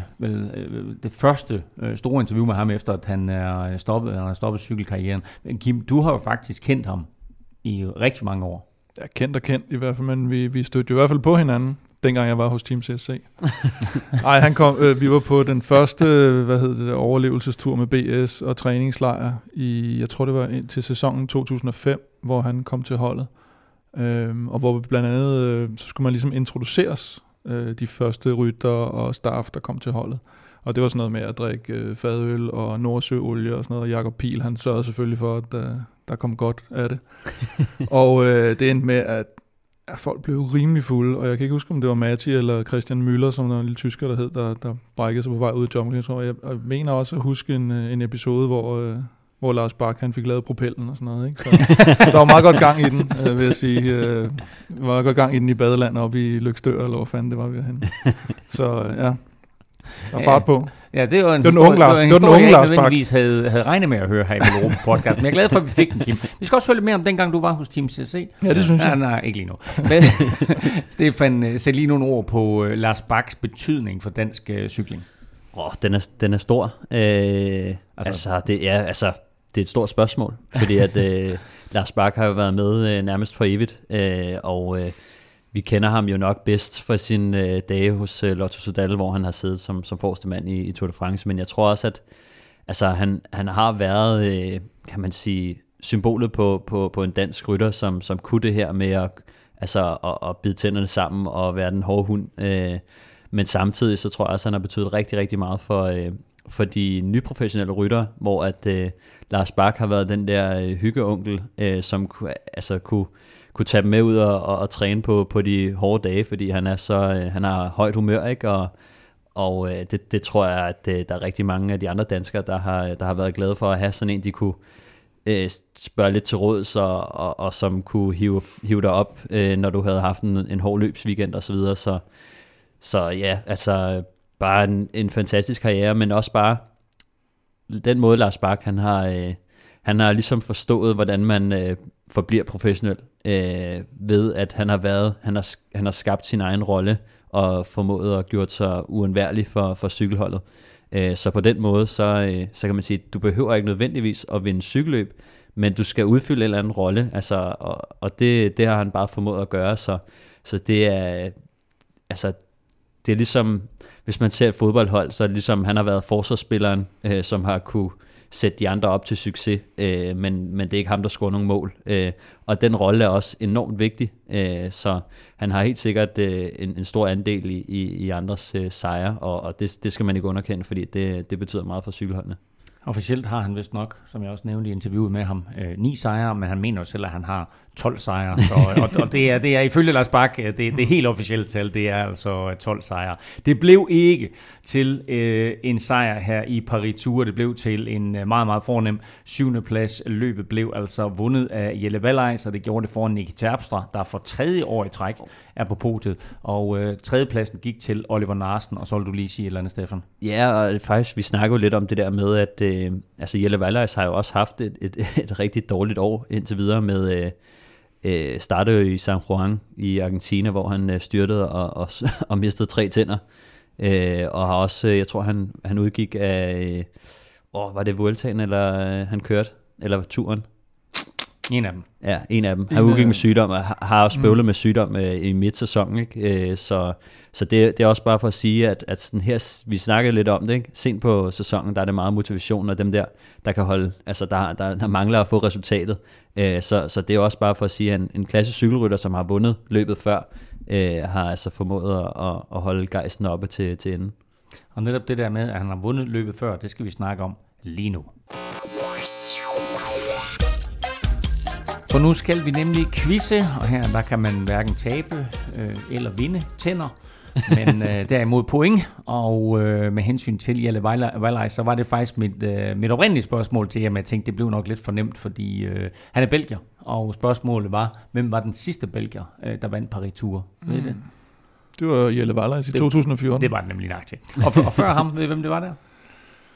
Det første store interview med ham, efter at han er stoppet cykelkarrieren. Kim, du har jo faktisk kendt ham i rigtig mange år. Ja, kendt i hvert fald, men vi stødte jo i hvert fald på hinanden, dengang jeg var hos Team CSC. Nej, vi var på den første, overlevelsestur med BS og træningslejr jeg tror det var til sæsonen 2005, hvor han kom til holdet. Og hvor blandt andet, så skulle man ligesom introduceres de første rytter og staff, der kom til holdet. Og det var sådan noget med at drikke fadøl og nordsøolie og sådan noget. Og Jakob Pihl, han sørgede selvfølgelig for, at der kom godt af det. Og det endte med, at folk blev rimelig fulde. Og jeg kan ikke huske, om det var Matti eller Christian Müller, som der var en lille tysker, der hed, der brækkede sig på vej ud i jobben. Jeg mener også at huske en episode, hvor Lars Bak, han fik lavet propellen og sådan noget. Ikke? Så der var meget godt gang i den, vil jeg sige. Der var godt gang i den i badeland oppe i Løgstør, eller hvor fanden det var vi henne. Så ja, der var fart på. Ja, det var en historie, jeg ikke nødvendigvis havde regnet med at høre her i Velropa Podcast. Men jeg er glad for, at vi fik den, Kim. Vi skal også høre lidt mere om dengang, du var hos Team CSC. Ja, det synes jeg. Nej, ikke lige nu. Men Stefan, sæt lige nogle ord på Lars Baks betydning for dansk cykling. Den er stor. Det er et stort spørgsmål, fordi at Lars Bak har jo været med nærmest for evigt, og vi kender ham jo nok bedst for sine dage hos Lotto Soudal, hvor han har siddet som forreste mand i Tour de France, men jeg tror også, at han har været, kan man sige, symbolet på en dansk rytter, som kunne det her med at bide tænderne sammen og være den hårde hund, men samtidig så tror jeg også, at han har betydet rigtig, rigtig meget for de nyprofessionelle ryttere, hvor at Lars Bak har været den der hyggeonkel, som kunne tage dem med ud og træne på de hårde dage, fordi han har højt humør, ikke? Og det tror jeg, at der er rigtig mange af de andre danskere, der har været glade for at have sådan en, de kunne spørge lidt til råds, og som kunne hive dig op, når du havde haft en hård løbsweekend og så videre. Så ja, altså bare en fantastisk karriere, men også bare den måde, Lars Bak, han har ligesom forstået, hvordan man forbliver professionel, ved at han har skabt sin egen rolle, og formået at gjort sig uundværlig for cykelholdet. Så på den måde, så kan man sige, at du behøver ikke nødvendigvis at vinde cykelløb, men du skal udfylde en eller anden rolle, altså, og det har han bare formået at gøre, så det er, altså, det er ligesom, hvis man ser et fodboldhold, så er det ligesom, han har været forsvarsspilleren, som har kunne sætte de andre op til succes, men det er ikke ham, der scorer nogen mål. Og den rolle er også enormt vigtig, så han har helt sikkert en stor andel i andres sejre, og det skal man ikke underkende, fordi det betyder meget for cykelholdene. Officielt har han vist nok, som jeg også nævnte i interviewet med ham, 9 sejre, men han mener jo selv, at han har 12 sejre. Og det er ifølge Lars Bak, det er helt officielt tal, det er altså 12 sejre. Det blev ikke til en sejr her i Paris-Tours, det blev til en meget, meget fornem 7. plads. Løbet blev altså vundet af Jelle Vallejs, og det gjorde det foran Nicky Terpstra, der for 3. år i træk er på podiet. Og 3. pladsen gik til Oliver Narsen, og så vil du lige sige et eller andet, Stefan. Ja, og faktisk, vi snakker jo lidt om det der med, at Jelle Vallejs har jo også haft et rigtig dårligt år indtil videre med... startede jo i San Juan i Argentina, hvor han styrtede og mistede 3 tænder. Og har også, jeg tror han udgik af, var det Vueltaen, eller han kørte, eller turen? En af dem. Ja, en af dem. Han udgik med sygdom, og har også bøvlet med sygdom i midtsæsonen, ikke? Så det er også bare for at sige, at sådan her, vi snakkede lidt om det, ikke? Sent på sæsonen, der er det meget motivation, og dem der kan holde, altså der mangler at få resultatet. Så det er også bare for at sige, at en klassisk cykelrytter, som har vundet løbet før, har altså formået at holde gejsten oppe til enden. Og netop det der med, at han har vundet løbet før, det skal vi snakke om lige nu. For nu skal vi nemlig quizze, og her der kan man hverken tabe eller vinde tænder, men derimod point. Og med hensyn til Jelle Vallejs, så var det faktisk mit oprindelige spørgsmål til ham. Jeg tænkte, det blev nok lidt for nemt, fordi han er belgier, og spørgsmålet var, hvem var den sidste belgier, der vandt Paris-Tours? Ved det? Det var Jelle Vallejs i 2014. Det var det nemlig nok til. Og før ham, ved I, hvem det var der?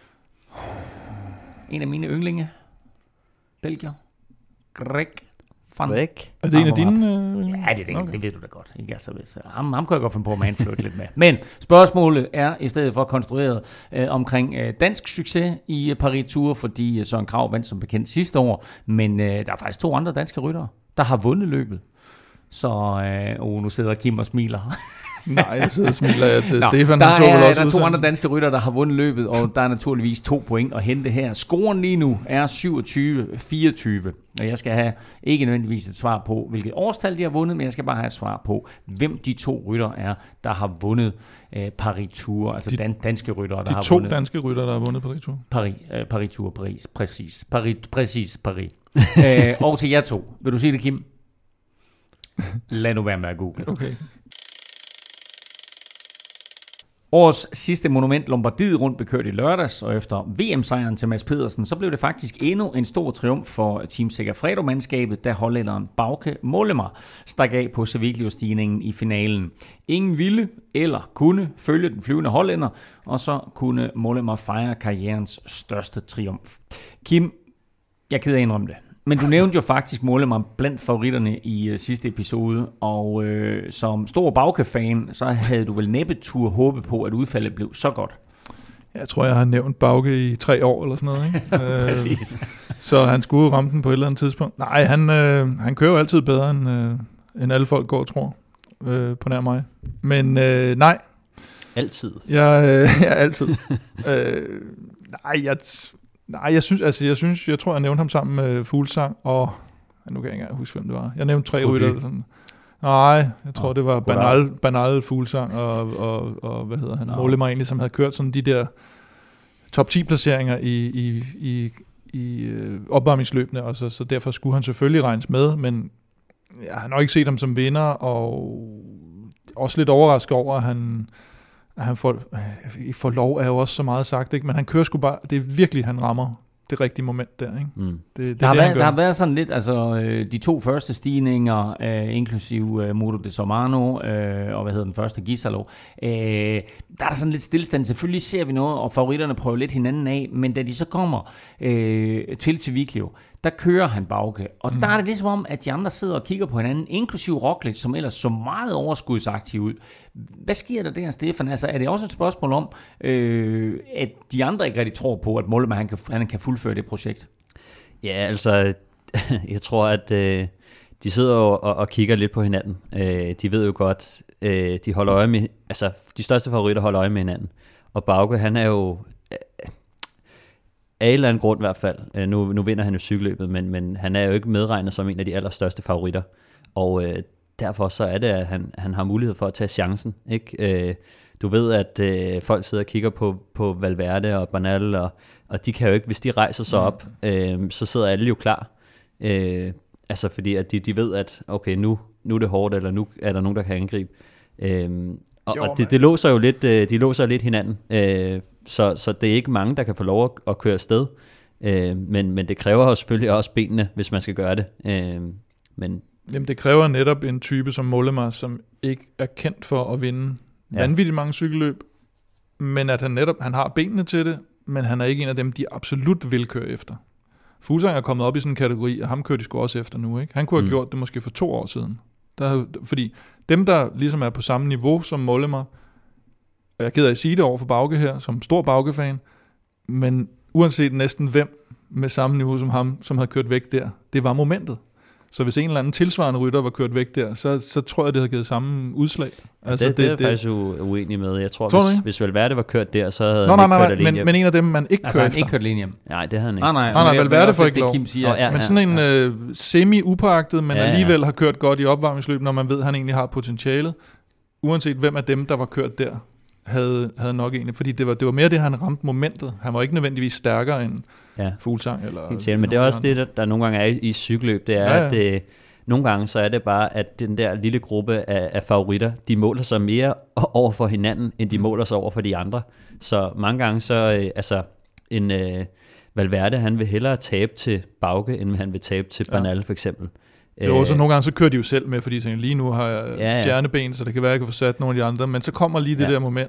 En af mine yndlinge. Belgier. Greg Væk. Er det en af dine? Ja, det er det. Okay. Det ved du da godt. Ikke? Altså, hvis, ham kan jeg godt finde på at manflirte lidt med. Men spørgsmålet er i stedet for konstrueret omkring dansk succes i Paris Tour, fordi Søren Kragh vandt som bekendt sidste år, men der er faktisk 2 andre danske ryttere, der har vundet løbet. Så nu sidder Kim og smiler. Nej, jeg sidder og smiler, at Stefan han så vel også. Der er 2 andre danske ryttere, der har vundet løbet, og der er naturligvis 2 point at hente her. Scoren lige nu er 27-24, og jeg skal have ikke nødvendigvis et svar på, hvilket årstal de har vundet, men jeg skal bare have et svar på, hvem de 2 ryttere er, der har vundet Paris Tour, altså danske ryttere, der har vundet. De 2 danske ryttere, der har vundet Paris Tour? Paris Tour, præcis. Paris. Og til jer 2. Vil du sige det, Kim? Lad nu være med at google. Okay. Årets sidste monument Lombardiet rundt blev kørt i lørdags, og efter VM-sejren til Mads Pedersen, så blev det faktisk endnu en stor triumf for Team Segafredo-mandskabet, da hollænderen Bauke Mollema stak af på Cerviglio-stigningen i finalen. Ingen ville eller kunne følge den flyvende hollænder, og så kunne Mollema fejre karrierens største triumf. Kim, jeg er ked af at indrømme det. Men du nævnte jo faktisk Mollema blandt favoritterne i sidste episode, og som stor Bauke-fan, så havde du vel næppe tur håbe på, at udfaldet blev så godt. Jeg tror, jeg har nævnt Bauke i 3 år eller sådan noget, ikke? Præcis. Så han skulle ramme den på et eller andet tidspunkt. Nej, han kører jo altid bedre, end alle folk går og tror, på nær mig. Men nej. Altid? Ja, altid. Jeg tror, jeg nævnte ham sammen med Fuglsang, og nu kan jeg ikke engang huske, hvem det var. Jeg nævnte 3 rytter. Sådan. Nej, jeg tror, det var Bernal, Fuglsang og hvad hedder han? Mollema egentlig, som havde kørt sådan de der top 10 placeringer i opvarmningsløbene, og så derfor skulle han selvfølgelig regnes med, men jeg har nok ikke set ham som vinder, og også lidt overrasket over, at han får lov, er jo også så meget sagt, ikke? Men han kører sgu bare, det er virkelig, han rammer det rigtige moment der, ikke? Mm. Der har været sådan lidt, altså de 2 første stigninger, inklusive Muro de Somano, og hvad hedder den første, Gisalo, der er sådan lidt stillestand. Selvfølgelig ser vi noget, og favoritterne prøver lidt hinanden af, men da de så kommer til Cerviglio, der kører han Bauke, og der er det ligesom om, at de andre sidder og kigger på hinanden, inklusive Roglic, som ellers så meget overskudsaktiv ud. Hvad sker der, Stefan? Altså, er det også et spørgsmål om, at de andre ikke rigtig tror på, at Mollema han kan fuldføre det projekt? Ja, altså, jeg tror, at de sidder og kigger lidt på hinanden. De ved jo godt, de holder øje med, altså, de største favoritter holder øje med hinanden. Og Bauke, han er jo af en eller anden grund i hvert fald. Nu vinder han jo cykelløbet, men han er jo ikke medregnet som en af de allerstørste favoritter. Og derfor så er det, at han har mulighed for at tage chancen. Ikke? Du ved, at folk sidder og kigger på Valverde og Bernal, og de kan jo ikke, hvis de rejser sig op, så sidder alle jo klar. Altså fordi at de ved, at okay, nu er det hårdt, eller nu er der nogen, der kan angribe. Og det låser jo lidt, de låser lidt hinanden. Så det er ikke mange, der kan få lov at køre afsted. Men det kræver jo selvfølgelig også benene, hvis man skal gøre det. Jamen, det kræver netop en type som Mollema, som ikke er kendt for at vinde vanvittigt mange cykelløb, men at han har benene til det, men han er ikke en af dem, de absolut vil køre efter. Fuglsang er kommet op i sådan en kategori, og ham kører de sgu også efter nu, ikke? Han kunne have gjort det måske for 2 år siden. Fordi dem, der ligesom er på samme niveau som Mollema, og jeg er ked af at sige det over for Bauke her, som stor Bauke-fan, men uanset næsten hvem med samme niveau som ham, som havde kørt væk der, det var momentet. Så hvis en eller anden tilsvarende rytter var kørt væk der, så tror jeg, det havde givet samme udslag. Altså, det er jeg faktisk uenig med. Jeg tror, hvis Valverde var kørt der, så havde han ikke kørt alene hjem. Men en af dem, man ikke kører efter. Altså, han ikke kørt alene hjem? Nej, det havde han ikke. Nej, Valverde får ikke lov. Siger, men sådan en semi-upagtet, men alligevel har kørt godt i opvarmningsløb, når man ved, at han egentlig har potentialet. Uanset hvem af dem, der var kørt der, havde nok egentlig, fordi det var mere det, han ramte momentet. Han var ikke nødvendigvis stærkere end Fuglsang. Men det er også det, der nogle gange er i cykelløb, det er, at nogle gange så er det bare, at den der lille gruppe af favoritter, de måler sig mere over for hinanden, end de måler sig over for de andre. Så mange gange så, en Valverde, han vil hellere tabe til Bauke, end han vil tabe til Bernal for eksempel. Jo, så nogle gange så kører de jo selv med, fordi tænker, lige nu har jeg fjerneben, så det kan være, at jeg kan få sat nogle af de andre, men så kommer lige det der moment,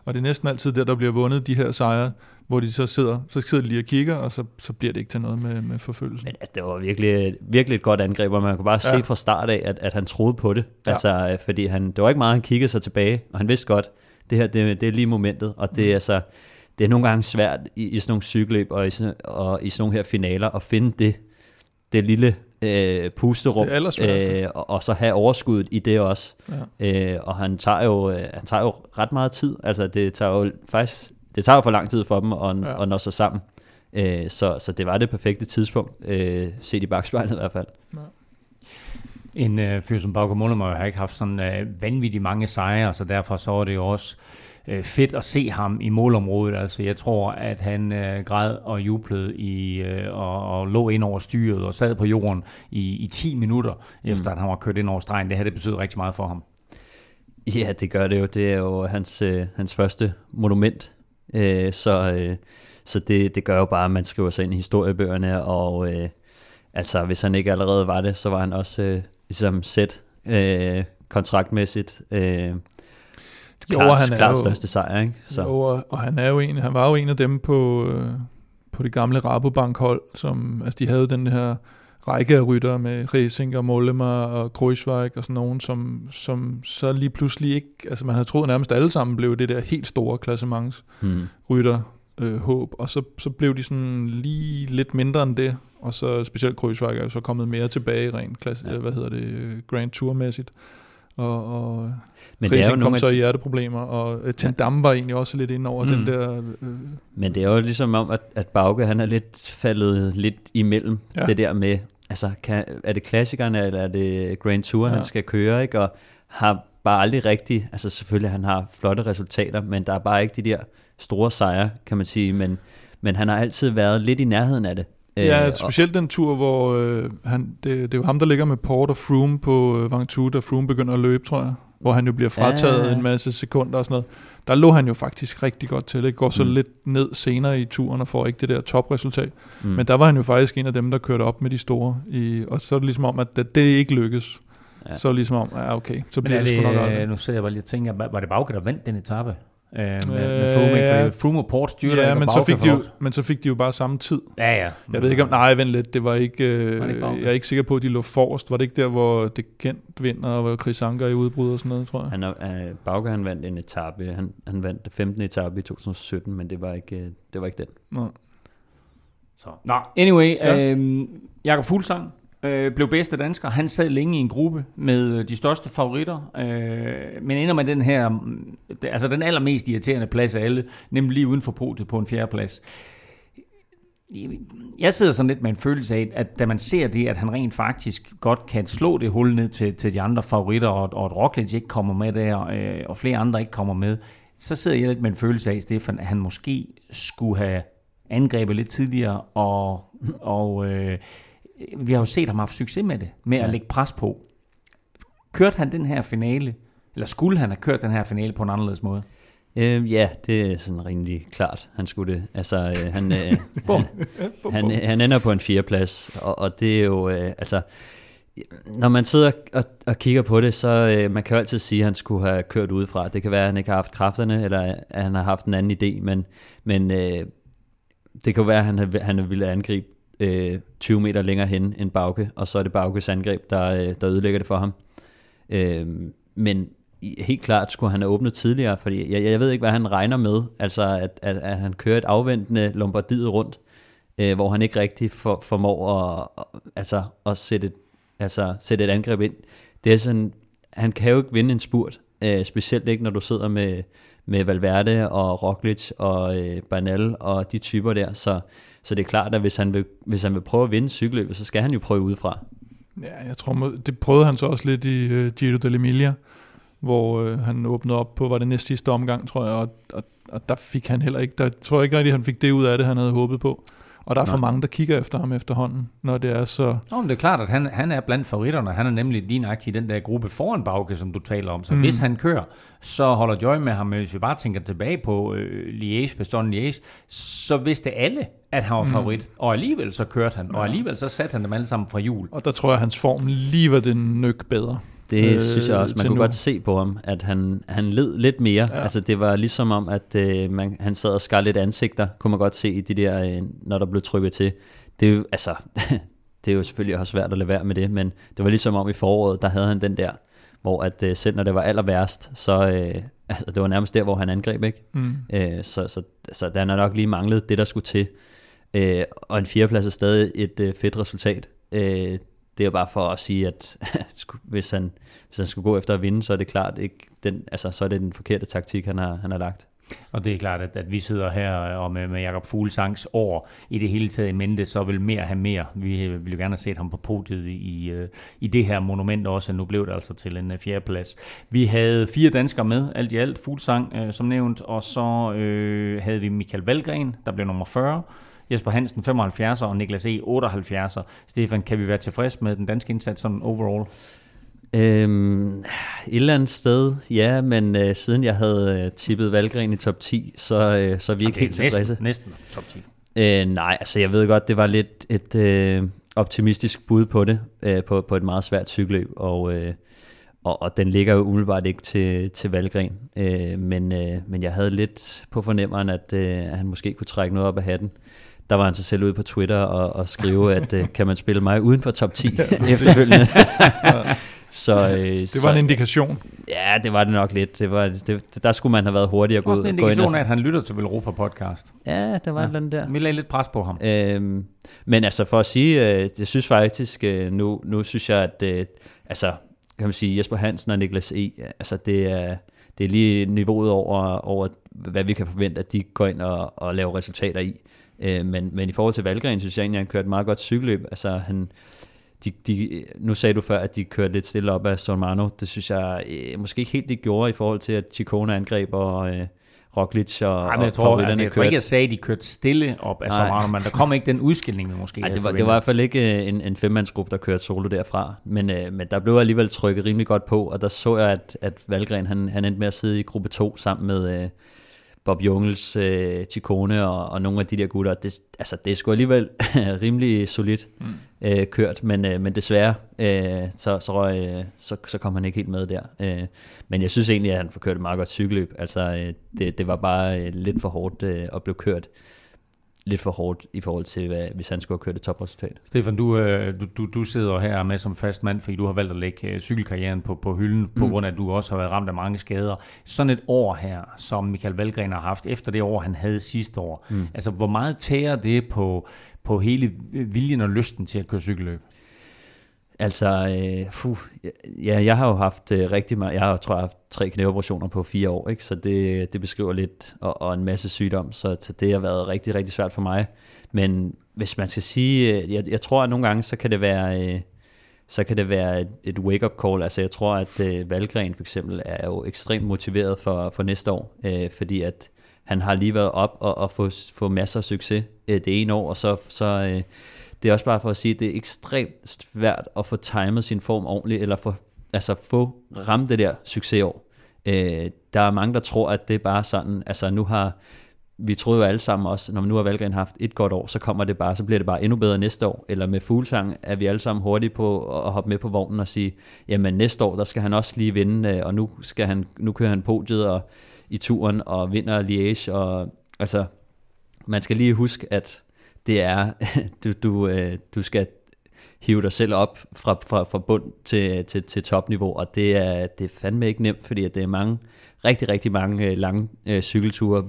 Og det er næsten altid der bliver vundet de her sejre, hvor de så sidder de lige og kigger, og så bliver det ikke til noget med forfølgelsen. Men det var virkelig et godt angreb, og man kunne bare se fra start af, at han troede på det. Ja. Altså, fordi det var ikke meget, han kiggede sig tilbage, og han vidste godt, det her det er lige momentet, og det er altså, det er nogle gange svært i sådan nogle cykelløb og i sådan nogle her finaler at finde det lille pusterum, og så have overskuddet i det også. Ja. Og han tager jo ret meget tid. Altså det tager jo for lang tid for dem at nå sig sammen. Så det var det perfekte tidspunkt, set i bagspejlet i hvert fald. Ja. En fyr som Bauke Mollema har ikke haft sådan vanvittigt mange sejre, så derfor så er det jo også fedt at se ham i målområdet. Altså jeg tror, at han græd og jublede og lå ind over styret og sad på jorden i 10 minutter, efter at han var kørt ind over stregen. Det her, det betyder rigtig meget for ham. Ja, det gør det jo. Det er jo hans første monument. Så det gør jo bare, at man skriver sig ind i historiebøgerne, og altså hvis han ikke allerede var det, så var han også ligesom set kontraktmæssigt klart største sejr, ikke? Så. Jo, og han var jo en af dem på det gamle Rabobank-hold, som altså de havde den her række af ryttere med Racing og Mollema og Kruijswijk og sådan nogen, som så lige pludselig ikke, altså man havde troet nærmest alle sammen blev det der helt store klassements rytter håb, og så blev de sådan lige lidt mindre end det, og så specielt Kruijswijk er jo så kommet mere tilbage rent Grand Tour-mæssigt. Og Racing kom så i hjerteproblemer, og Ten Dam var egentlig også lidt inde over den der... Men det er jo ligesom om, at Bauke, han er lidt faldet lidt imellem det der med, altså er det klassikerne, eller er det Grand Tour, han skal køre, ikke? Og har bare aldrig rigtig, altså selvfølgelig han har flotte resultater, men der er bare ikke de der store sejre, kan man sige, men han har altid været lidt i nærheden af det. Ja, specielt den tur, hvor det er jo ham, der ligger med Port og Froome på Ventoux, da Froome begynder at løbe, tror jeg, hvor han jo bliver frataget en masse sekunder og sådan noget. Der lå han jo faktisk rigtig godt til. Det går så lidt ned senere i turen og får ikke det der topresultat. Men der var han jo faktisk en af dem, der kørte op med de store. Og så er det ligesom om, at det ikke lykkes. Ja. Så er det ligesom om, okay, så bliver det sgu nok aldrig. Nu sidder jeg bare lige og tænker, var det Bauke, der vandt den etape? Med Froome, fordi Froome og Port styrte, men så fik de jo bare samme tid. Ja. Jeg ved ikke om, vent lidt, det var ikke, jeg er ikke sikker på, at de lå forrest. Var det ikke der, hvor det Gent vinder, og hvor Chris Anker i udbrud og sådan noget, tror jeg? Bauke, han vandt en etape, han vandt 15. etape i 2017, men det var ikke den. Nå, anyway, Jakob Fuglsang blev bedste dansker. Han sad længe i en gruppe med de største favoritter, men ender med den her, altså den allermest irriterende plads af alle, nemlig lige uden for podiet på en 4. plads. Jeg sidder sådan lidt med en følelse af, at da man ser det, at han rent faktisk godt kan slå det hul ned til de andre favoritter, og at Roglic ikke kommer med der, og flere andre ikke kommer med, så sidder jeg lidt med en følelse af, Stefan, at han måske skulle have angrebet lidt tidligere, og vi har jo set ham have succes med det, med at lægge pres på. Kørte han den her finale, eller skulle han have kørt den her finale på en anderledes måde? Ja, det er sådan rimelig klart, han skulle det. Altså, han ender på en 4. plads, og det er jo, når man sidder og kigger på det, så man kan jo altid sige, at han skulle have kørt udefra. Det kan være, at han ikke har haft kræfterne, eller at han har haft en anden idé, men det kan være, at han ville angribe 20 meter længere hen end Bauke, og så er det Baukes angreb, der ødelægger det for ham. Men helt klart skulle han have åbnet tidligere, fordi jeg ved ikke, hvad han regner med, altså at han kører et afventende Lombardiet rundt, hvor han ikke rigtig formår at sætte et angreb ind. Det er sådan, han kan jo ikke vinde en spurt, specielt ikke, når du sidder med Valverde og Roglic og Bernal og de typer der, så det er klart, at hvis han vil prøve at vinde cykelløbet, så skal han jo prøve udefra. Ja, jeg tror, det prøvede han så også lidt i Giro dell'Emilia, hvor han åbnede op på, var det næste sidste omgang, tror jeg, og der fik han heller ikke, der tror jeg ikke rigtig, han fik det ud af det, han havde håbet på. Og der er for mange, der kigger efter ham efterhånden, når det er så... Men det er klart, at han er blandt favoritterne. Han er nemlig lignagtig i den der gruppe foran Bauke, som du taler om. Så hvis han kører, så holder Joy med ham. Men hvis vi bare tænker tilbage på Bastogne-Liège, så vidste alle, at han var favorit. Og alligevel så kørte han, og alligevel så satte han dem alle sammen fra hjul. Og der tror jeg, at hans form lige var den nøk bedre. Det synes jeg også. Man kunne godt se på ham, at han led lidt mere. Ja. Altså det var ligesom om, at han sad og skar lidt ansigter, kunne man godt se i de der, når der blev trykket til. Det er jo, altså, det er jo selvfølgelig også svært at lade være med det, men det var ligesom om i foråret, der havde han den der, hvor at selv når det var aller værst, så altså, det var nærmest der, hvor han angreb, ikke? Så der har nok lige manglet det, der skulle til. Og en 4. plads er stadig et fedt resultat. Det er bare for at sige, at hvis han skulle gå efter at vinde, så er det klart ikke så er det den forkerte taktik, han har lagt. Og det er klart, at vi sidder her og med Jakob Fuglsangs år i det hele taget i mente, så vil mere have mere. Vi ville jo gerne have set ham på podiet i det her monument også, nu blev det altså til en 4. plads. Vi havde 4 danskere med, alt i alt, Fuglsang som nævnt, og så havde vi Michael Valgren, der blev nummer 40, Jesper Hansen 75'er og Niklas E 78'er. Stefan, kan vi være tilfreds med den danske indsats sådan overall? Et eller andet sted, ja, men siden jeg havde tippet Valgren i top 10, så er vi ikke helt tilfredse. Næsten top 10. Nej, altså jeg ved godt, det var lidt et optimistisk bud på det, på et meget svært cykelløb, og den ligger jo umiddelbart ikke til Valgren, men jeg havde lidt på fornemmeren, at han måske kunne trække noget op af hatten. Der var han så selv ude på Twitter og skrive, at kan man spille mig uden for top 10 efterfølgende. Det var en indikation. Ja, det var det nok lidt. Der skulle man have været hurtig at gå ind. Det var en indikation af, at han lytter til Velropa podcast. Ja, der var den der. Vi lagde lidt pres på ham. Men altså for at sige, jeg synes faktisk, nu synes jeg, at altså, kan man sige, Jesper Hansen og Niklas E, altså det er lige niveauet over, hvad vi kan forvente, at de går ind og laver resultater i. Men i forhold til Valgren, synes jeg egentlig, at han kørte et meget godt cykelløb. Altså nu sagde du før, at de kørte lidt stille op af Sormano. Det synes jeg måske ikke helt, de gjorde i forhold til, at Ciccone angreb og Roglic og jeg tror ikke, jeg sagde, at de kørte stille op af Sormano, men der kom ikke den udskilning måske. Nej, det var i hvert fald ikke en 5-mandsgruppe, der kørte solo derfra. Men der blev alligevel trykket rimelig godt på, og der så jeg, at Valgren han endte med at sidde i gruppe 2 sammen med Bob Jungels, Ciccone og nogle af de der gutter. Det er sgu alligevel rimelig solidt kørt, men desværre så kom han ikke helt med der. Men jeg synes egentlig, at han får kørt et meget godt cykelløb. Altså det var bare lidt for hårdt at blive kørt. Lidt for hårdt i forhold til, hvis han skulle have kørt et topresultat. Stefan, du sidder her med som fast mand, fordi du har valgt at lægge cykelkarrieren på hylden, på grund af, at du også har været ramt af mange skader. Sådan et år her, som Michael Valgren har haft, efter det år, han havde sidste år. Altså, hvor meget tærer det på hele viljen og lysten til at køre cykelløb? Altså, jeg har jo haft rigtig meget. Jeg tror, jeg har haft 3 knæoperationer på 4 år, ikke? Så det beskriver lidt, og en masse sygdom, så det har været rigtig, rigtig svært for mig. Men hvis man skal sige, jeg tror, at nogle gange, så kan det være et wake-up call. Altså, jeg tror, at Valgren for eksempel er jo ekstremt motiveret for næste år, fordi at han har lige været op og få masser af succes det ene år, og så det er også bare for at sige, at det er ekstremt svært at få timet sin form ordentligt, eller få ramt det der succesår. Der er mange, der tror, at det er bare sådan, altså vi troede jo alle sammen også, når man nu har Valgren haft et godt år, så bliver det bare endnu bedre næste år. Eller med Fuglsang er vi alle sammen hurtige på at hoppe med på vognen og sige, jamen næste år, der skal han også lige vinde, og nu kører han podiet og i turen og vinder Liège, og altså, man skal lige huske, at det er, du skal hive dig selv op fra bund til topniveau, og det er fandme ikke nemt, fordi at det er rigtig, rigtig mange lange cykelture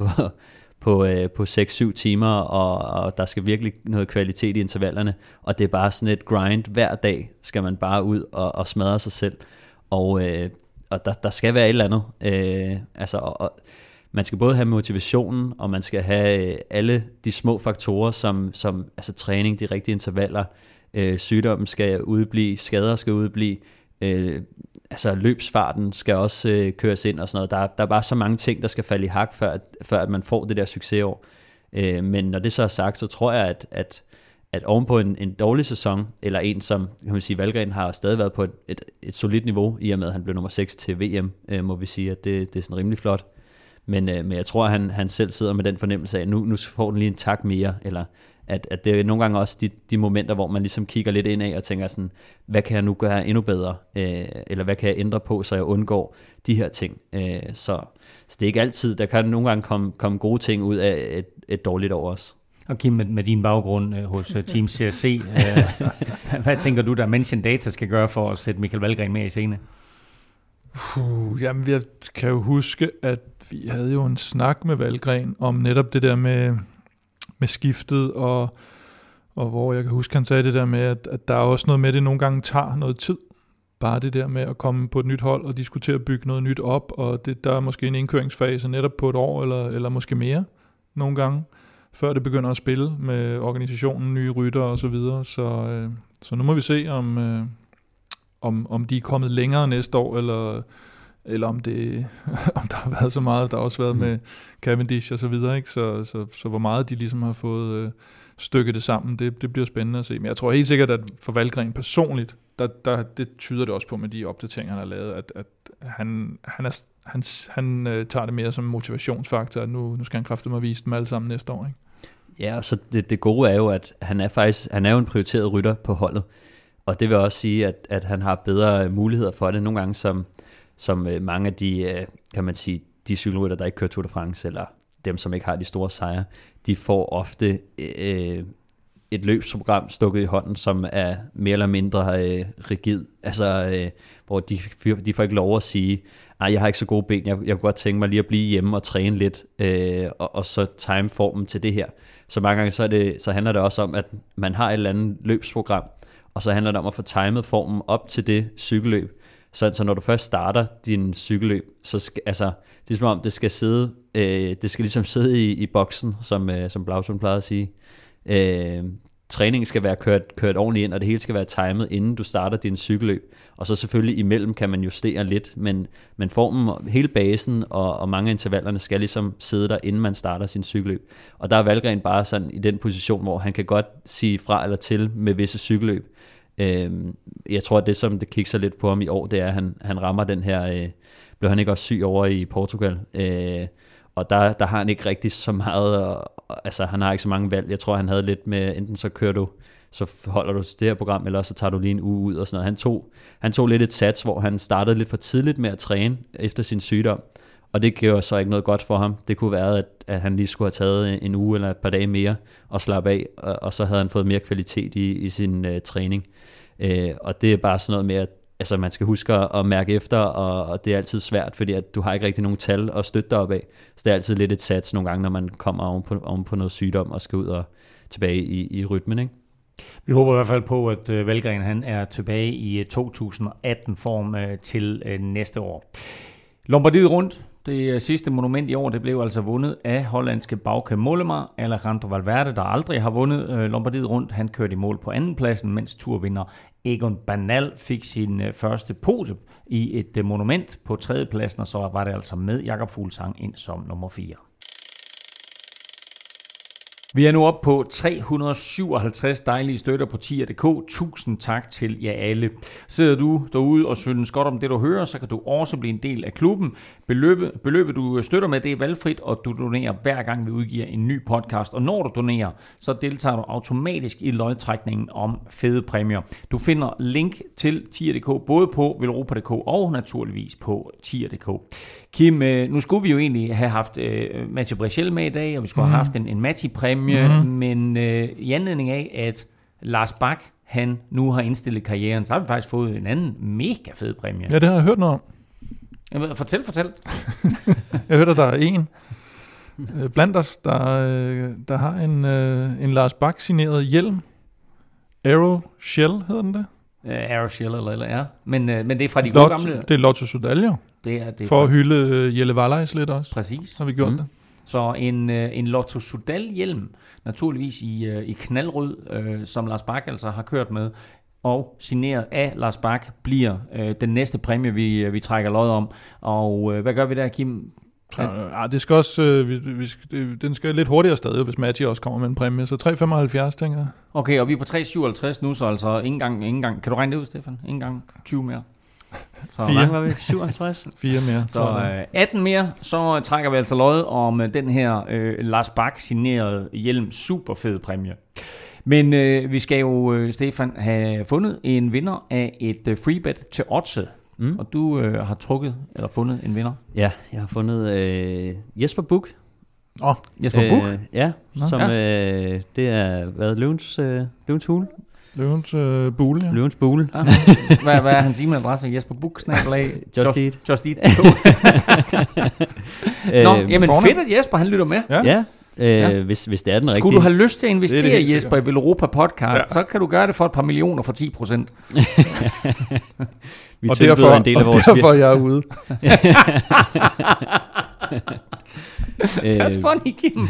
på 6-7 timer, og der skal virkelig noget kvalitet i intervallerne, og det er bare sådan et grind. Hver dag skal man bare ud og smadre sig selv, og der skal være et eller andet. Og man skal både have motivationen, og man skal have alle de små faktorer, som altså træning, de rigtige intervaller, sygdommen skal udblive, skader skal udblive, altså løbsfarten skal også køres ind og sådan noget. Der er bare så mange ting, der skal falde i hak, før at man får det der succesår. Men når det så er sagt, så tror jeg, at ovenpå en dårlig sæson, eller en som, kan man sige, Valgren har stadig været på et solidt niveau, i og med at han blev nummer 6 til VM, må vi sige, at det er sådan rimelig flot. Men jeg tror, at han selv sidder med den fornemmelse af, at nu får den lige en tak mere, eller At det er nogle gange også de momenter, hvor man ligesom kigger lidt indad og tænker sådan, hvad kan jeg nu gøre endnu bedre? Eller hvad kan jeg ændre på, så jeg undgår de her ting? Så det er ikke altid, der kan nogle gange komme gode ting ud af et dårligt år også. Og Kim, med din baggrund hos Team CSC, hvad tænker du, der Mention Data skal gøre for at sætte Michael Valgren med i scene? Jamen, jeg kan jo huske, at vi havde jo en snak med Valgren om netop det der med skiftet, og hvor jeg kan huske, han sagde det der med, at der er også noget med, det nogle gange tager noget tid. Bare det der med at komme på et nyt hold og diskutere at bygge noget nyt op, og der er måske en indkøringsfase netop på et år, eller måske mere nogle gange, før det begynder at spille med organisationen, nye ryttere og så videre. Så nu må vi se, om de er kommet længere næste år, eller om der har været så meget, der har også været med Cavendish og så videre, ikke? Så hvor meget de ligesom har fået stykket det sammen, det bliver spændende at se. Men jeg tror helt sikkert, at for Valgren personligt, det tyder det også på med de opdateringer, han har lavet, at han tager det mere som motivationsfaktor, at nu skal han kraftedeme vise dem alle sammen næste år, ikke? Ja, og så det gode er jo, at han er jo en prioriteret rytter på holdet, og det vil også sige, at han har bedre muligheder for det nogle gange, som mange af de, kan man sige, de cykelrytter, der ikke kører Tour de France, eller dem, som ikke har de store sejre, de får ofte et løbsprogram stukket i hånden, som er mere eller mindre rigid, altså hvor de får ikke lov at sige, jeg har ikke så gode ben, jeg kunne godt tænke mig lige at blive hjemme og træne lidt, og så time formen til det her. Så mange gange så handler det også om, at man har et eller andet løbsprogram, og så handler det om at få timet formen op til det cykelløb. Så når du først starter din cykelløb, så det er som om det skal sidde, det skal ligesom sidde i boksen, som Blausund plejede at sige. Træningen skal være kørt ordentligt ind, og det hele skal være timet, inden du starter din cykelløb. Og så selvfølgelig imellem kan man justere lidt, men formen, hele basen og mange af intervallerne skal ligesom sidde der, inden man starter sin cykelløb. Og der er Valgren bare sådan i den position, hvor han kan godt sige fra eller til med visse cykelløb. Jeg tror, at det som det kigger lidt på ham i år, det er, at han rammer den her, blev han ikke også syg over i Portugal, og der har han ikke rigtig så meget, altså han har ikke så mange valg. Jeg tror, han havde lidt med, enten så kører du, så holder du til det her program, eller så tager du lige en uge ud og sådan noget. Han tog lidt et sats, hvor han startede lidt for tidligt med at træne efter sin sygdom, og det gjorde så ikke noget godt for ham. Det kunne være, at han lige skulle have taget en uge eller et par dage mere og slappe af, og så havde han fået mere kvalitet i sin træning. Og det er bare sådan noget med, at altså, man skal huske at mærke efter, og det er altid svært, fordi at du har ikke rigtig nogen tal at støtte dig op af. Så det er altid lidt et sats nogle gange, når man kommer oven på noget sygdom og skal ud og tilbage i rytmen, ikke? Vi håber i hvert fald på, at Valgren han er tilbage i 2018-form til næste år. Lombardiet rundt. Det sidste monument i år, det blev altså vundet af hollandske Bauke Mollema. Alejandro Valverde, der aldrig har vundet Lombardiet rundt, han kørte i mål på andenpladsen, mens turvinder Egan Bernal fik sin første podium i et monument på tredjepladsen, og så var det altså med Jakob Fuglsang ind som nummer 4. Vi er nu oppe på 357 dejlige støtter på tier.dk. Tusind tak til jer alle. Sidder du derude og synes godt om det, du hører, så kan du også blive en del af klubben. Beløbet, du støtter med, det er valgfrit, og du donerer hver gang, vi udgiver en ny podcast. Og når du donerer, så deltager du automatisk i lodtrækningen om fede præmier. Du finder link til tier.dk både på velropa.dk og naturligvis på tier.dk. Kim, nu skulle vi jo egentlig have haft Mathieu Brechel med i dag, og vi skulle have haft en Mathieu-præmie, men i anledning af, at Lars Bak, han nu har indstillet karrieren, så har vi faktisk fået en anden mega fed præmie. Ja, det har jeg hørt noget om. Fortæl. Jeg hørte, at der er en blandt os, der har en Lars Bak signeret hjelm. Aero Shell hedder den det? Aero Shell eller ja. Men det er fra de gode gamle. Det er Lotto Soudal, jo. Det er for at hylde Jelle Vallejs lidt også. Præcis. Har vi gjort det. Så en Lotto Soudal hjelm, naturligvis i knaldrød, som Lars Bak altså har kørt med, og signeret af Lars Bak, bliver den næste præmie, vi trækker lod om. Og hvad gør vi der, Kim? Ja, det skal også, den skal lidt hurtigere stadig, hvis Mathieu også kommer med en præmie. Så 3,75, tænker jeg. Okay, og vi er på 3,57 nu, så altså ingen gang. Kan du regne det ud, Stefan? Ingen gang 20 mere. Så 4. hvor mange var vi? 57? 4 mere. Så 18 mere, så trækker vi altså lod om den her Lars Bak signerede hjelm. Super fed præmie. Men vi skal jo, Stefan, have fundet en vinder af et freebet til Odset. Og du har trukket eller fundet en vinder. Ja, jeg har fundet Jesper Buch. Jesper Buch? Ja, som det er været Løvens Hule. Løvens Bule, ja. Løvens Bule. Hvad er hans e-mailadresse? Jesper Buch, Just Eat. Just Eat. Nå, jamen fedt, at Jesper han lytter med. Ja. Hvis det er den rigtige. Skulle du have lyst til at investere det Jesper i Villeuropa Podcast, så kan du gøre det for et par millioner for 10%. Vi og tilbyder en del af vores derfor jeg er ude. That's funny, Kim.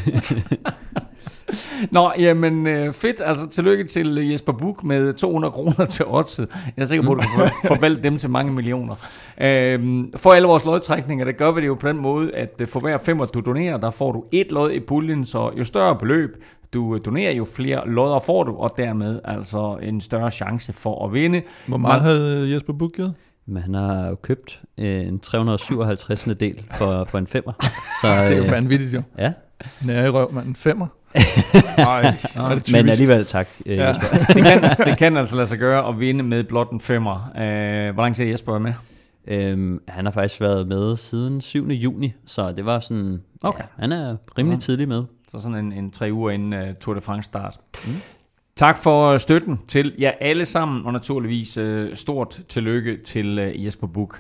Nå, jamen fedt. Altså tillykke til Jesper Buch med 200 kroner til Odset. Jeg er sikker på, at du kan forvalte dem til mange millioner. For alle vores lodtrækninger, det gør vi det jo på den måde, at for hver 5 du donerer, der får du et lod i puljen, så jo større beløb du donerer, jo flere lodder får du, og dermed altså en større chance for at vinde. Hvor meget havde Jesper Buch givet? Men han har jo købt en 357. del for en 5'er. Så, det er jo vanvittigt jo. Ja. Nære i røv, mand. En 5'er. Men alligevel tak, Jesper. Det kan altså lade sig gøre at vinde med blot en 5'er. Hvor lang tid Jesper med? Han har faktisk været med siden 7. juni, så det var sådan, okay. Han er rimelig tidlig med. Så sådan en 3 uger inden Tour de France start. Tak for støtten til jer alle sammen, og naturligvis stort tillykke til Jesper Buch.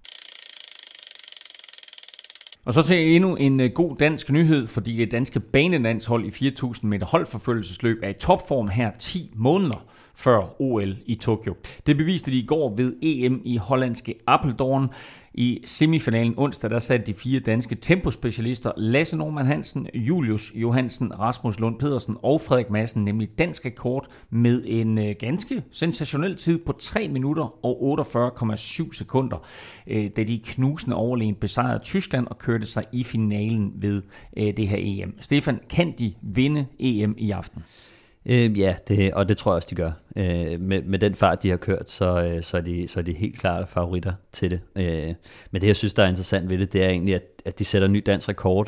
Og så til endnu en god dansk nyhed, fordi det danske banelandshold i 4.000 meter holdforfølgelsesløb er i topform her 10 måneder før OL i Tokyo. Det beviste de i går ved EM i hollandske Apeldoorn. I semifinalen onsdag, der satte de 4 danske tempospecialister Lasse Norman Hansen, Julius Johansen, Rasmus Lund Pedersen og Frederik Madsen, nemlig dansk rekord med en ganske sensationel tid på 3 minutter og 48,7 sekunder, da de knusende overlegent besejrede Tyskland og kørte sig i finalen ved det her EM. Stefan, kan de vinde EM i aften? Ja, og det tror jeg også, de gør. Med den fart, de har kørt, så er de helt klart favoritter til det. Men det, jeg synes, der er interessant ved det, det er egentlig, at de sætter ny dansk rekord,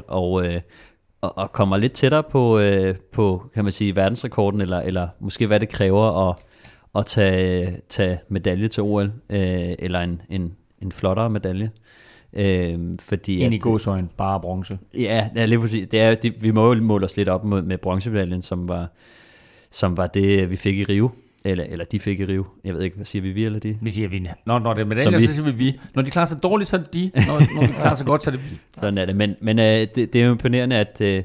og kommer lidt tættere på kan man sige, verdensrekorden, eller måske hvad det kræver at tage medalje til OL, eller en flottere medalje. Fordi ind i gåsøjne, bare bronze. Ja, lige præcis. Vi må jo måle os lidt op med bronzemedaljen, som var det, vi fik i Rio. Eller de fik i Rio. Jeg ved ikke, hvad siger vi eller de? Vi siger vi. Når det er medaljer, så siger vi. Når de klarer sig dårligt, så er det de. Når de klarer sig godt, så er det vi. Sådan er det. Men det er jo imponerende,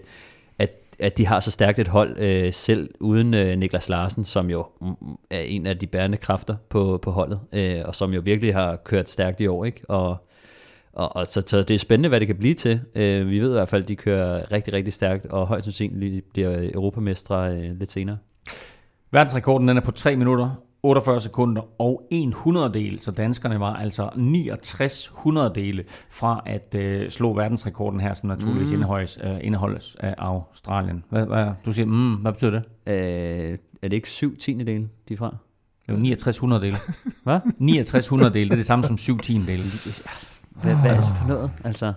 at de har så stærkt et hold, selv uden Niklas Larsen, som jo er en af de bærende kræfter på holdet, og som jo virkelig har kørt stærkt i år, ikke? Og så det er spændende, hvad det kan blive til. Vi ved i hvert fald, at de kører rigtig, rigtig stærkt, og højst sandsynligt bliver europamestre lidt senere. Verdensrekorden den er på 3 minutter, 48 sekunder og 1/100, så danskerne var altså 69 hundreddele fra at slå verdensrekorden her, som naturligvis indeholdes af Australien. Hvad du siger, hvad betyder det? Er det ikke 7/10 de er fra? Det er jo 69 hundreddele. Hvad? 69 hundreddele, det er det samme som 7/10. Hvad er det for noget? Altså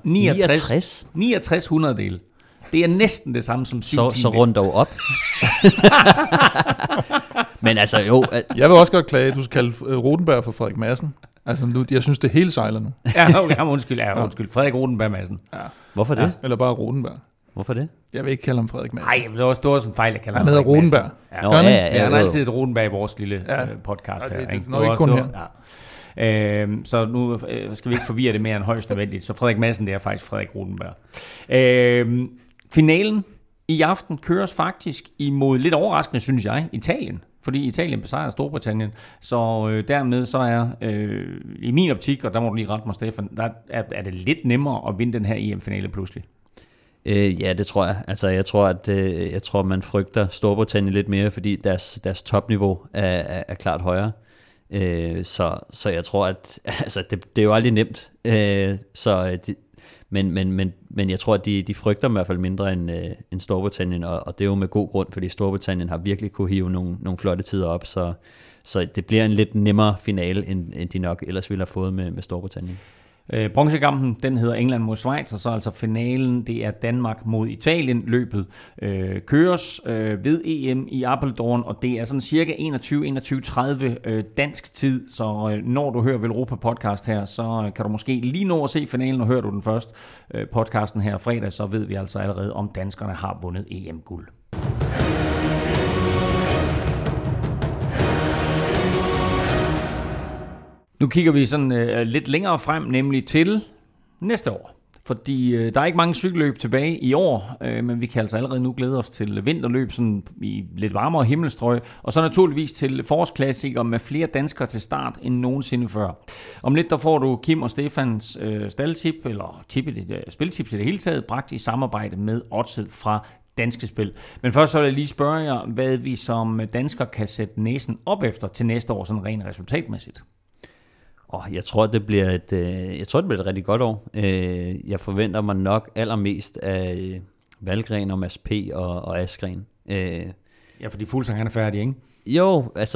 69 hundreddele. Det er næsten det samme som 7/10. Så rundt dog op. Men altså jo. Jeg vil også godt klage, du skal kalde Rodenberg for Frederik Madsen. Altså nu, jeg synes, det hele sejler nu. Undskyld. Frederik Rodenberg Madsen. Ja. Hvorfor det? Eller bare Rodenberg. Hvorfor det? Jeg vil ikke kalde ham Frederik Madsen. Nej, det var også en fejl, jeg kalder ham. Han hedder Rodenberg. Ja. Han har altid et Rodenberg i vores lille podcast her. Det er nok ikke kun her. Ja. Så nu skal vi ikke forvirre det mere end højst nødvendigt. Så Frederik Madsen, det er faktisk Frederik Rodenberg. Finalen i aften køres faktisk imod, lidt overraskende synes jeg, Italien. Fordi Italien besejrer Storbritannien. Så dermed så er, i min optik, og der må du lige rette mig, Stefan, der er det lidt nemmere at vinde den her EM-finale pludselig. Ja, det tror jeg. Altså, jeg tror, man frygter Storbritannien lidt mere, fordi deres topniveau er klart højere. Så jeg tror, at altså, det er jo aldrig nemt. Men jeg tror, at de frygter i hvert fald mindre end Storbritannien, og det er jo med god grund, fordi Storbritannien har virkelig kunne hive nogle flotte tider op, så det bliver en lidt nemmere finale, end de nok ellers ville have fået med Storbritannien. Bronzekampen, den hedder England mod Schweiz, og så altså finalen, det er Danmark mod Italien. Løbet køres ved EM i Apeldoorn, og det er sådan cirka 21:30 dansk tid, så når du hører Velropa podcast her, så kan du måske lige nå at se finalen, og hører du den først podcasten her fredag, så ved vi altså allerede, om danskerne har vundet EM-guld. Nu kigger vi sådan lidt længere frem, nemlig til næste år. Fordi der er ikke mange cykelløb tilbage i år, men vi kan altså allerede nu glæde os til vinterløb sådan i lidt varmere himmelstrøg. Og så naturligvis til forårsklassikere med flere danskere til start end nogensinde før. Om lidt der får du Kim og Stefans staldtip, eller spiltips i det hele taget, bragt i samarbejde med Odset fra Danske Spil. Men først så vil jeg lige spørge jer, hvad vi som danskere kan sætte næsen op efter til næste år, sådan rent resultatmæssigt. Jeg tror, det bliver et rigtig godt år. Jeg forventer mig nok allermest af Valgren og Mads P. og Askren. Ja, fordi Fuglsang han er færdig, ikke? Jo, altså...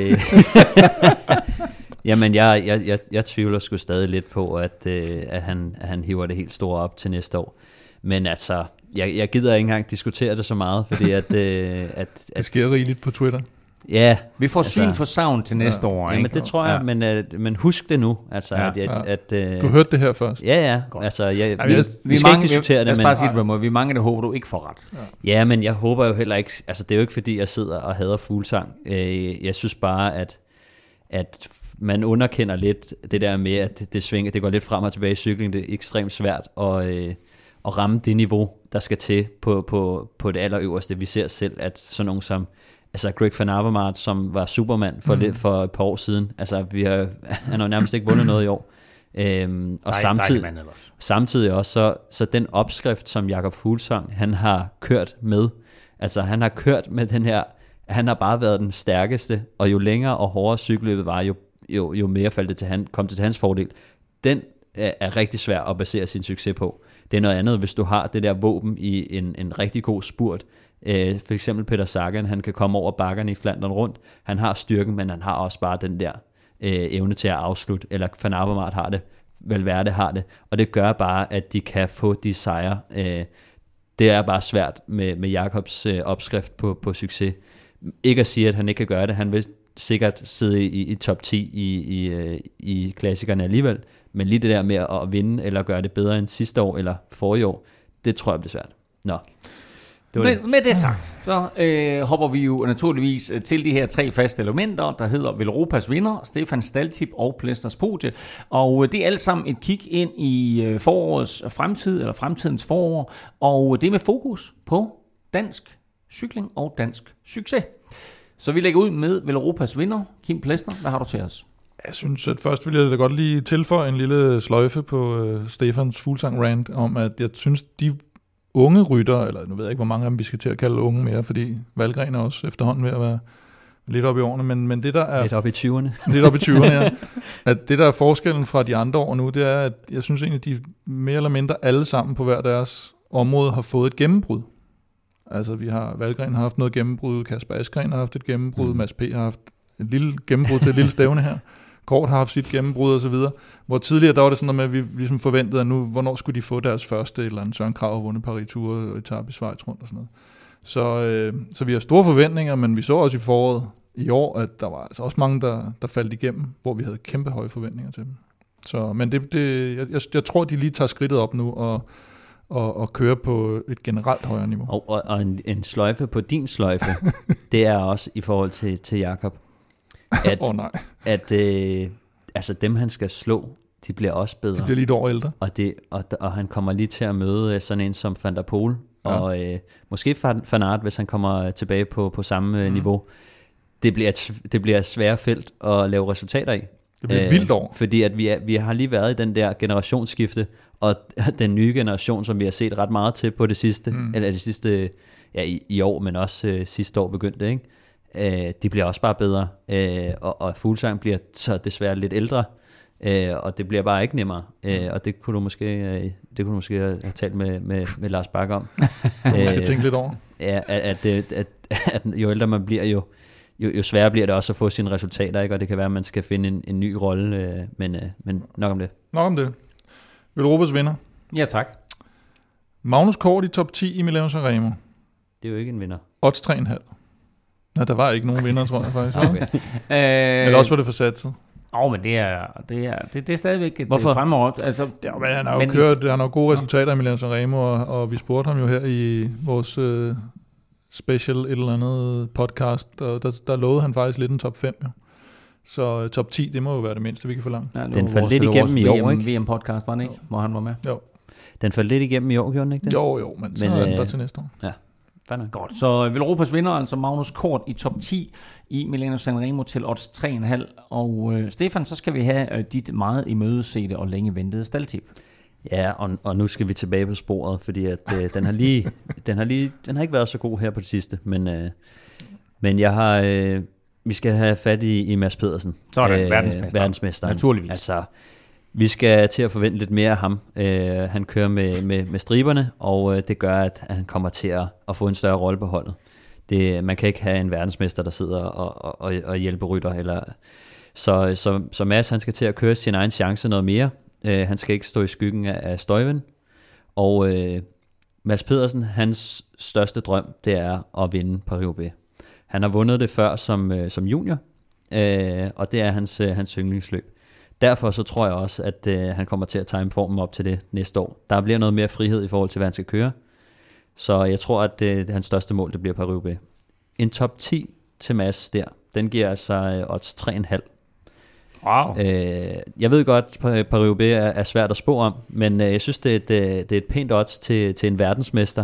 Jamen, jeg tvivler sgu stadig lidt på, at han hiver det helt store op til næste år. Men altså, jeg gider ikke engang diskutere det så meget, fordi at det sker rigeligt på Twitter. Ja, vi får syn for savn til næste år. Jamen det tror jeg, men husk det nu. Altså, du hørte det her først. Ja. Altså, vi skal ikke diskutere det. Lad os bare sige det på en måde. Vi er mange, der håber, du ikke får ret. Ja, men jeg håber jo heller ikke. Altså, det er jo ikke fordi, jeg sidder og hader Fuglsang. Jeg synes bare, at man underkender lidt det der med, at det svinger. Det går lidt frem og tilbage i cykling. Det er ekstremt svært at ramme det niveau, der skal til på det allerøverste. Vi ser selv, at sådan nogen som Greg van Avermaet, som var supermand for et par år siden. Altså, han har nærmest ikke vundet noget i år. Og samtidig også, så den opskrift, som Jakob Fuglsang, han har kørt med, altså han har kørt med den her, han har bare været den stærkeste, og jo længere og hårdere cykelløbet var, jo mere faldt det kom det til hans fordel. Den er rigtig svær at basere sin succes på. Det er noget andet, hvis du har det der våben i en rigtig god spurt. For eksempel Peter Sagan, han kan komme over bakkerne i Flandern rundt. Han har styrken, men han har også bare den der evne til at afslutte. Eller Van Avermaet har det, Valverde har det. Og det gør bare, at de kan få de sejre. Det er bare svært med Jakobs opskrift på succes. Ikke at sige, at han ikke kan gøre det. Han vil sikkert sidde i top 10 i klassikerne alligevel. Men lige det der med at vinde, eller gøre det bedre end sidste år, eller forrige år, det tror jeg bliver svært. Nå. Med det sagt, så hopper vi jo naturligvis til de her 3 faste elementer, der hedder Velropas vinder, Stefans staldtip og Plesners podie. Og det er alle sammen et kig ind i forårets fremtid, eller fremtidens forår, og det er med fokus på dansk cykling og dansk succes. Så vi lægger ud med Velropas vinder. Kim Plesner, hvad har du til os? Jeg synes, at først vil jeg da godt lige tilføje en lille sløjfe på Stefans Fuglsang-rant om, at jeg synes, de unge rytter, eller nu ved jeg ikke, hvor mange af dem vi skal til at kalde unge mere, fordi Valgren er også efterhånden ved at være lidt oppe i årene, men det der er... Lidt oppe i 20'erne. Lidt oppe i 20'erne, ja. At det der er forskellen fra de andre år nu, det er, at jeg synes egentlig, de mere eller mindre alle sammen på hver deres område har fået et gennembrud. Altså, Valgren har haft noget gennembrud, Kasper Askren har haft et gennembrud, Mads P. har haft et lille gennembrud til et lille stævne her. Kort har haft sit gennembrud og så videre. Hvor tidligere, der var det sådan noget med, at vi ligesom forventede, at nu, hvornår skulle de få deres første, eller en Søren Kragh vundet Paris-Tours og etape i Schweiz rundt og sådan noget. Så vi har store forventninger, men vi så også i foråret i år, at der var altså også mange, der faldt igennem, hvor vi havde kæmpe høje forventninger til dem. Så, men jeg tror, de lige tager skridtet op nu og kører på et generelt højere niveau. Og en sløjfe på din sløjfe, det er også i forhold til Jakob. Altså dem han skal slå, de bliver også bedre. De bliver lidt år ældre. Og han kommer lige til at møde sådan en som Van der Poel, og måske Van Aert, hvis han kommer tilbage på samme niveau. Det bliver svære felt at lave resultater i. Det bliver vildt år. Fordi at vi har lige været i den der generationsskifte, og den nye generation, som vi har set ret meget til på det sidste, eller det sidste, i år, men også sidste år begyndte, ikke? De bliver også bare bedre, og Fuglsang bliver så desværre lidt ældre, Og det bliver bare ikke nemmere. Og det kunne du måske have talt med Lars Bak om. Jeg skal tænke lidt over. Ja, at jo ældre man bliver, jo sværere bliver det også at få sine resultater, ikke? Og det kan være, at man skal finde en ny rolle, men nok om det. Nok om det. Velropas vinder. Ja, tak. Magnus Kort i top 10 i Milano Sanremo. Det er jo ikke en vinder. Odds 3,5. Nej, der var ikke nogen vinder, tror jeg faktisk. Okay. Eller også var det for satset. Men det er stadigvæk et Hvorfor? fremover. Altså, Men han har jo gode resultater i Milano Sanremo, og vi spurgte ham jo her i vores special et eller andet podcast, og der lovede han faktisk lidt en top 5. Jo. Så top 10, det må jo være det mindste, vi kan forlange. Ja, Den faldt lidt igennem i år, ikke? VM-podcast, var den ikke? Hvor han var med. Jo. Den faldt lidt igennem i år, gjorde den ikke det? Jo, men så er den der til næste år. Ja. Godt, så Velropas vinder, altså Magnus Kort i top 10 i Milano Sanremo til odds 3,5. Og Stefan, så skal vi have dit meget imødesete og længe ventede staldtip. Ja, og nu skal vi tilbage på sporet, fordi at, den har ikke været så god her på det sidste, men jeg har vi skal have fat i Mads Pedersen. Sådan, verdensmesteren. Naturligvis. Altså, vi skal til at forvente lidt mere af ham. Han kører med striberne, og det gør, at han kommer til at få en større rolle på holdet. Man kan ikke have en verdensmester, der sidder og hjælper rytter. Så Mads, han skal til at køre sin egen chance noget mere. Han skal ikke stå i skyggen af Stuyven. Og Mads Pedersen, hans største drøm, det er at vinde Paris-Roubaix. Han har vundet det før som junior, og det er hans yndlingsløb. Derfor så tror jeg også, at han kommer til at time formen op til det næste år. Der bliver noget mere frihed i forhold til, hvad han skal køre. Så jeg tror, at hans største mål, det bliver Paris-Roubaix. En top 10 til Mads der, den giver altså odds 3,5. Wow. Jeg ved godt, at Paris-Roubaix er svært at spå om, men jeg synes, det er et pænt odds til en verdensmester,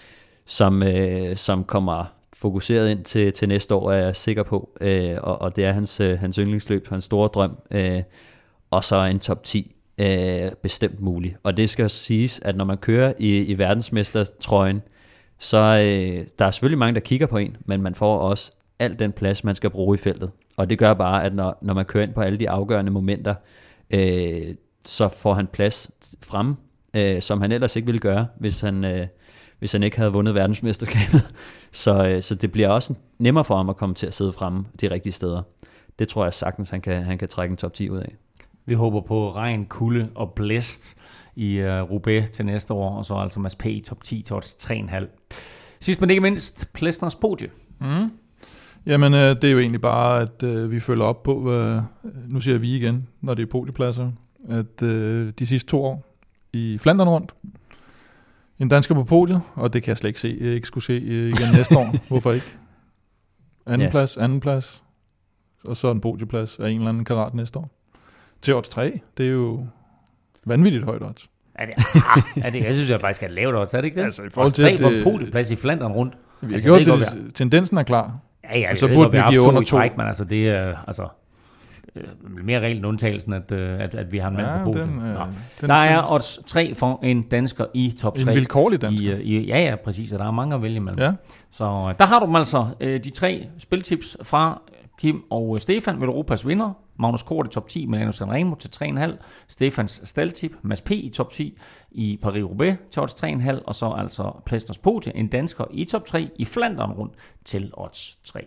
som kommer fokuseret ind til næste år, er jeg sikker på. Og det er hans yndlingsløb, hans store drøm. Og så en top 10 bestemt muligt. Og det skal siges, at når man kører i verdensmestertrøjen, så der er selvfølgelig mange, der kigger på en, men man får også al den plads, man skal bruge i feltet. Og det gør bare, at når man kører ind på alle de afgørende momenter, så får han plads frem, som han ellers ikke ville gøre, hvis han ikke havde vundet verdensmesterskabet. Så det bliver også nemmere for ham at komme til at sidde fremme de rigtige steder. Det tror jeg sagtens, han kan trække en top 10 ud af. Vi håber på regn, kulde og blæst i Roubaix til næste år, og så altså Mads P. i top 10 til odds 3,5. Sidst men ikke mindst, Plesners podie. Jamen, det er jo egentlig bare, at vi følger op på, nu siger vi igen, når det er podiepladser, at de sidste 2 år i Flandern rundt, en dansker på podiet, og det kan jeg slet ikke skulle se igen næste år. Hvorfor ikke? Anden plads, og så en podieplads af en eller anden karat næste år. Til odds 3, det er jo vanvittigt højt odds. Jeg synes, jeg faktisk er lavt odds, er det ikke det? Altså, i forhold til, for en podieplads i Flandern rundt. Vi altså, gjort det, tendensen er klar. Ja, så burde vi give under 2. Men altså, det er mere regel end undtagelsen, at vi har en mand på podiet. Der er odds 3 for en dansker i top 3. En vilkårlig dansker. Ja, præcis, og der er mange at vælge imellem. Ja. Så der har du dem altså, de 3 spiltips fra Kim og Stefan. Velropas vinder, Magnus Kort i top 10 Milano Sanremo til 3,5. Stefans staldtip, Mads P. i top 10 i Paris-Roubaix til odds 3,5. Og så altså Plesners podie, en dansker i top 3 i Flandern rundt til odds 3.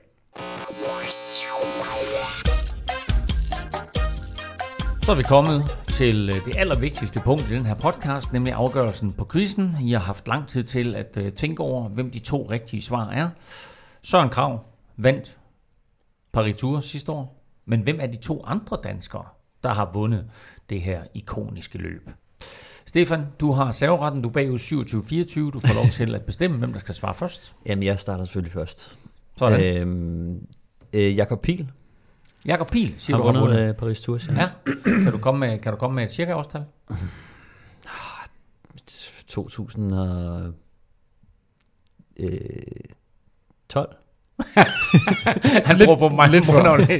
Så er vi kommet til det allervigtigste punkt i den her podcast, nemlig afgørelsen på quizzen. I har haft lang tid til at tænke over, hvem de 2 rigtige svar er. Søren Kragh vandt Paris Tour sidste år, men hvem er de 2 andre danskere, der har vundet det her ikoniske løb? Stefan, du har serveretten, du er bagud 27-24, du får lov til at bestemme, hvem der skal svare først. Jamen, jeg starter selvfølgelig først. Sådan. Jakob Pihl. Jakob Pihl, siger har du har vundet Paris Tour. Ja. Kan du komme med et cirka årstal? 2012. Han bruger på mig lidt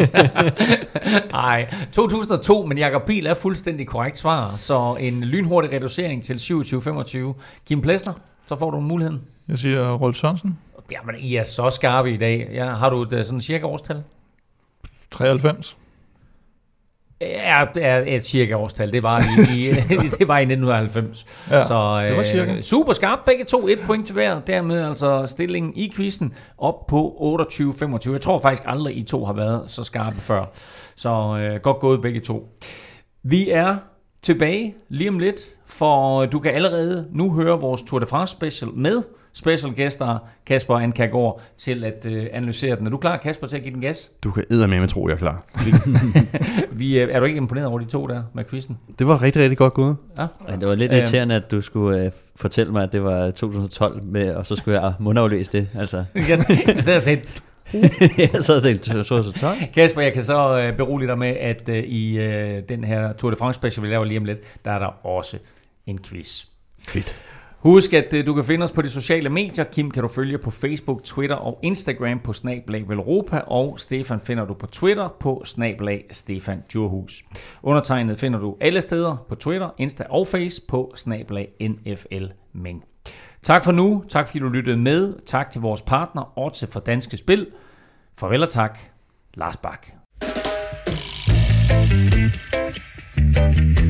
Nej, 2002, men Jakob Pihl er fuldstændig korrekt svar, så en lynhurtig reducering til 27-25. Kim Plesner, så får du muligheden. Jeg siger Rolf Sørensen. Jamen, I er så skarpe i dag. Har du et sådan cirka årstal? 93. Ja, det er et cirka årstal. Det var det var i 1990. Ja, så det var cirka. Super skarpt, begge to. 1 point til hver. Dermed altså stillingen i quizzen op på 28-25. Jeg tror faktisk aldrig, I to har været så skarpe før. Så godt gået begge to. Vi er tilbage lige om lidt, for du kan allerede nu høre vores Tour de France special med specialgæster Kasper og Ankergaard til at analysere den. Er du klar, Kasper, til at give den gas? Du kan eddermame tro, jeg er klar. Er du ikke imponeret over de to der med quizzen? Det var rigtig, rigtig godt gået. Ja. Ja, det var lidt irriterende, at du skulle fortælle mig, at det var 2012, og så skulle jeg mundaflæse det. Altså. Jeg sad og sagde, jeg sad og tænkte, 2012? Kasper, jeg kan så berolige dig med, at i den her Tour de France special, vi laver lige om lidt, der er der også en quiz. Fedt. Husk, at du kan finde os på de sociale medier. Kim kan du følge på Facebook, Twitter og Instagram på @Velropa, og Stefan finder du på Twitter på @Stefan Djurhus. Undertegnet finder du alle steder på Twitter, Insta og Face på @NFLming. Tak for nu. Tak fordi du lyttede med. Tak til vores partner, Odds for Danske Spil. Farvel og tak. Lars Bak.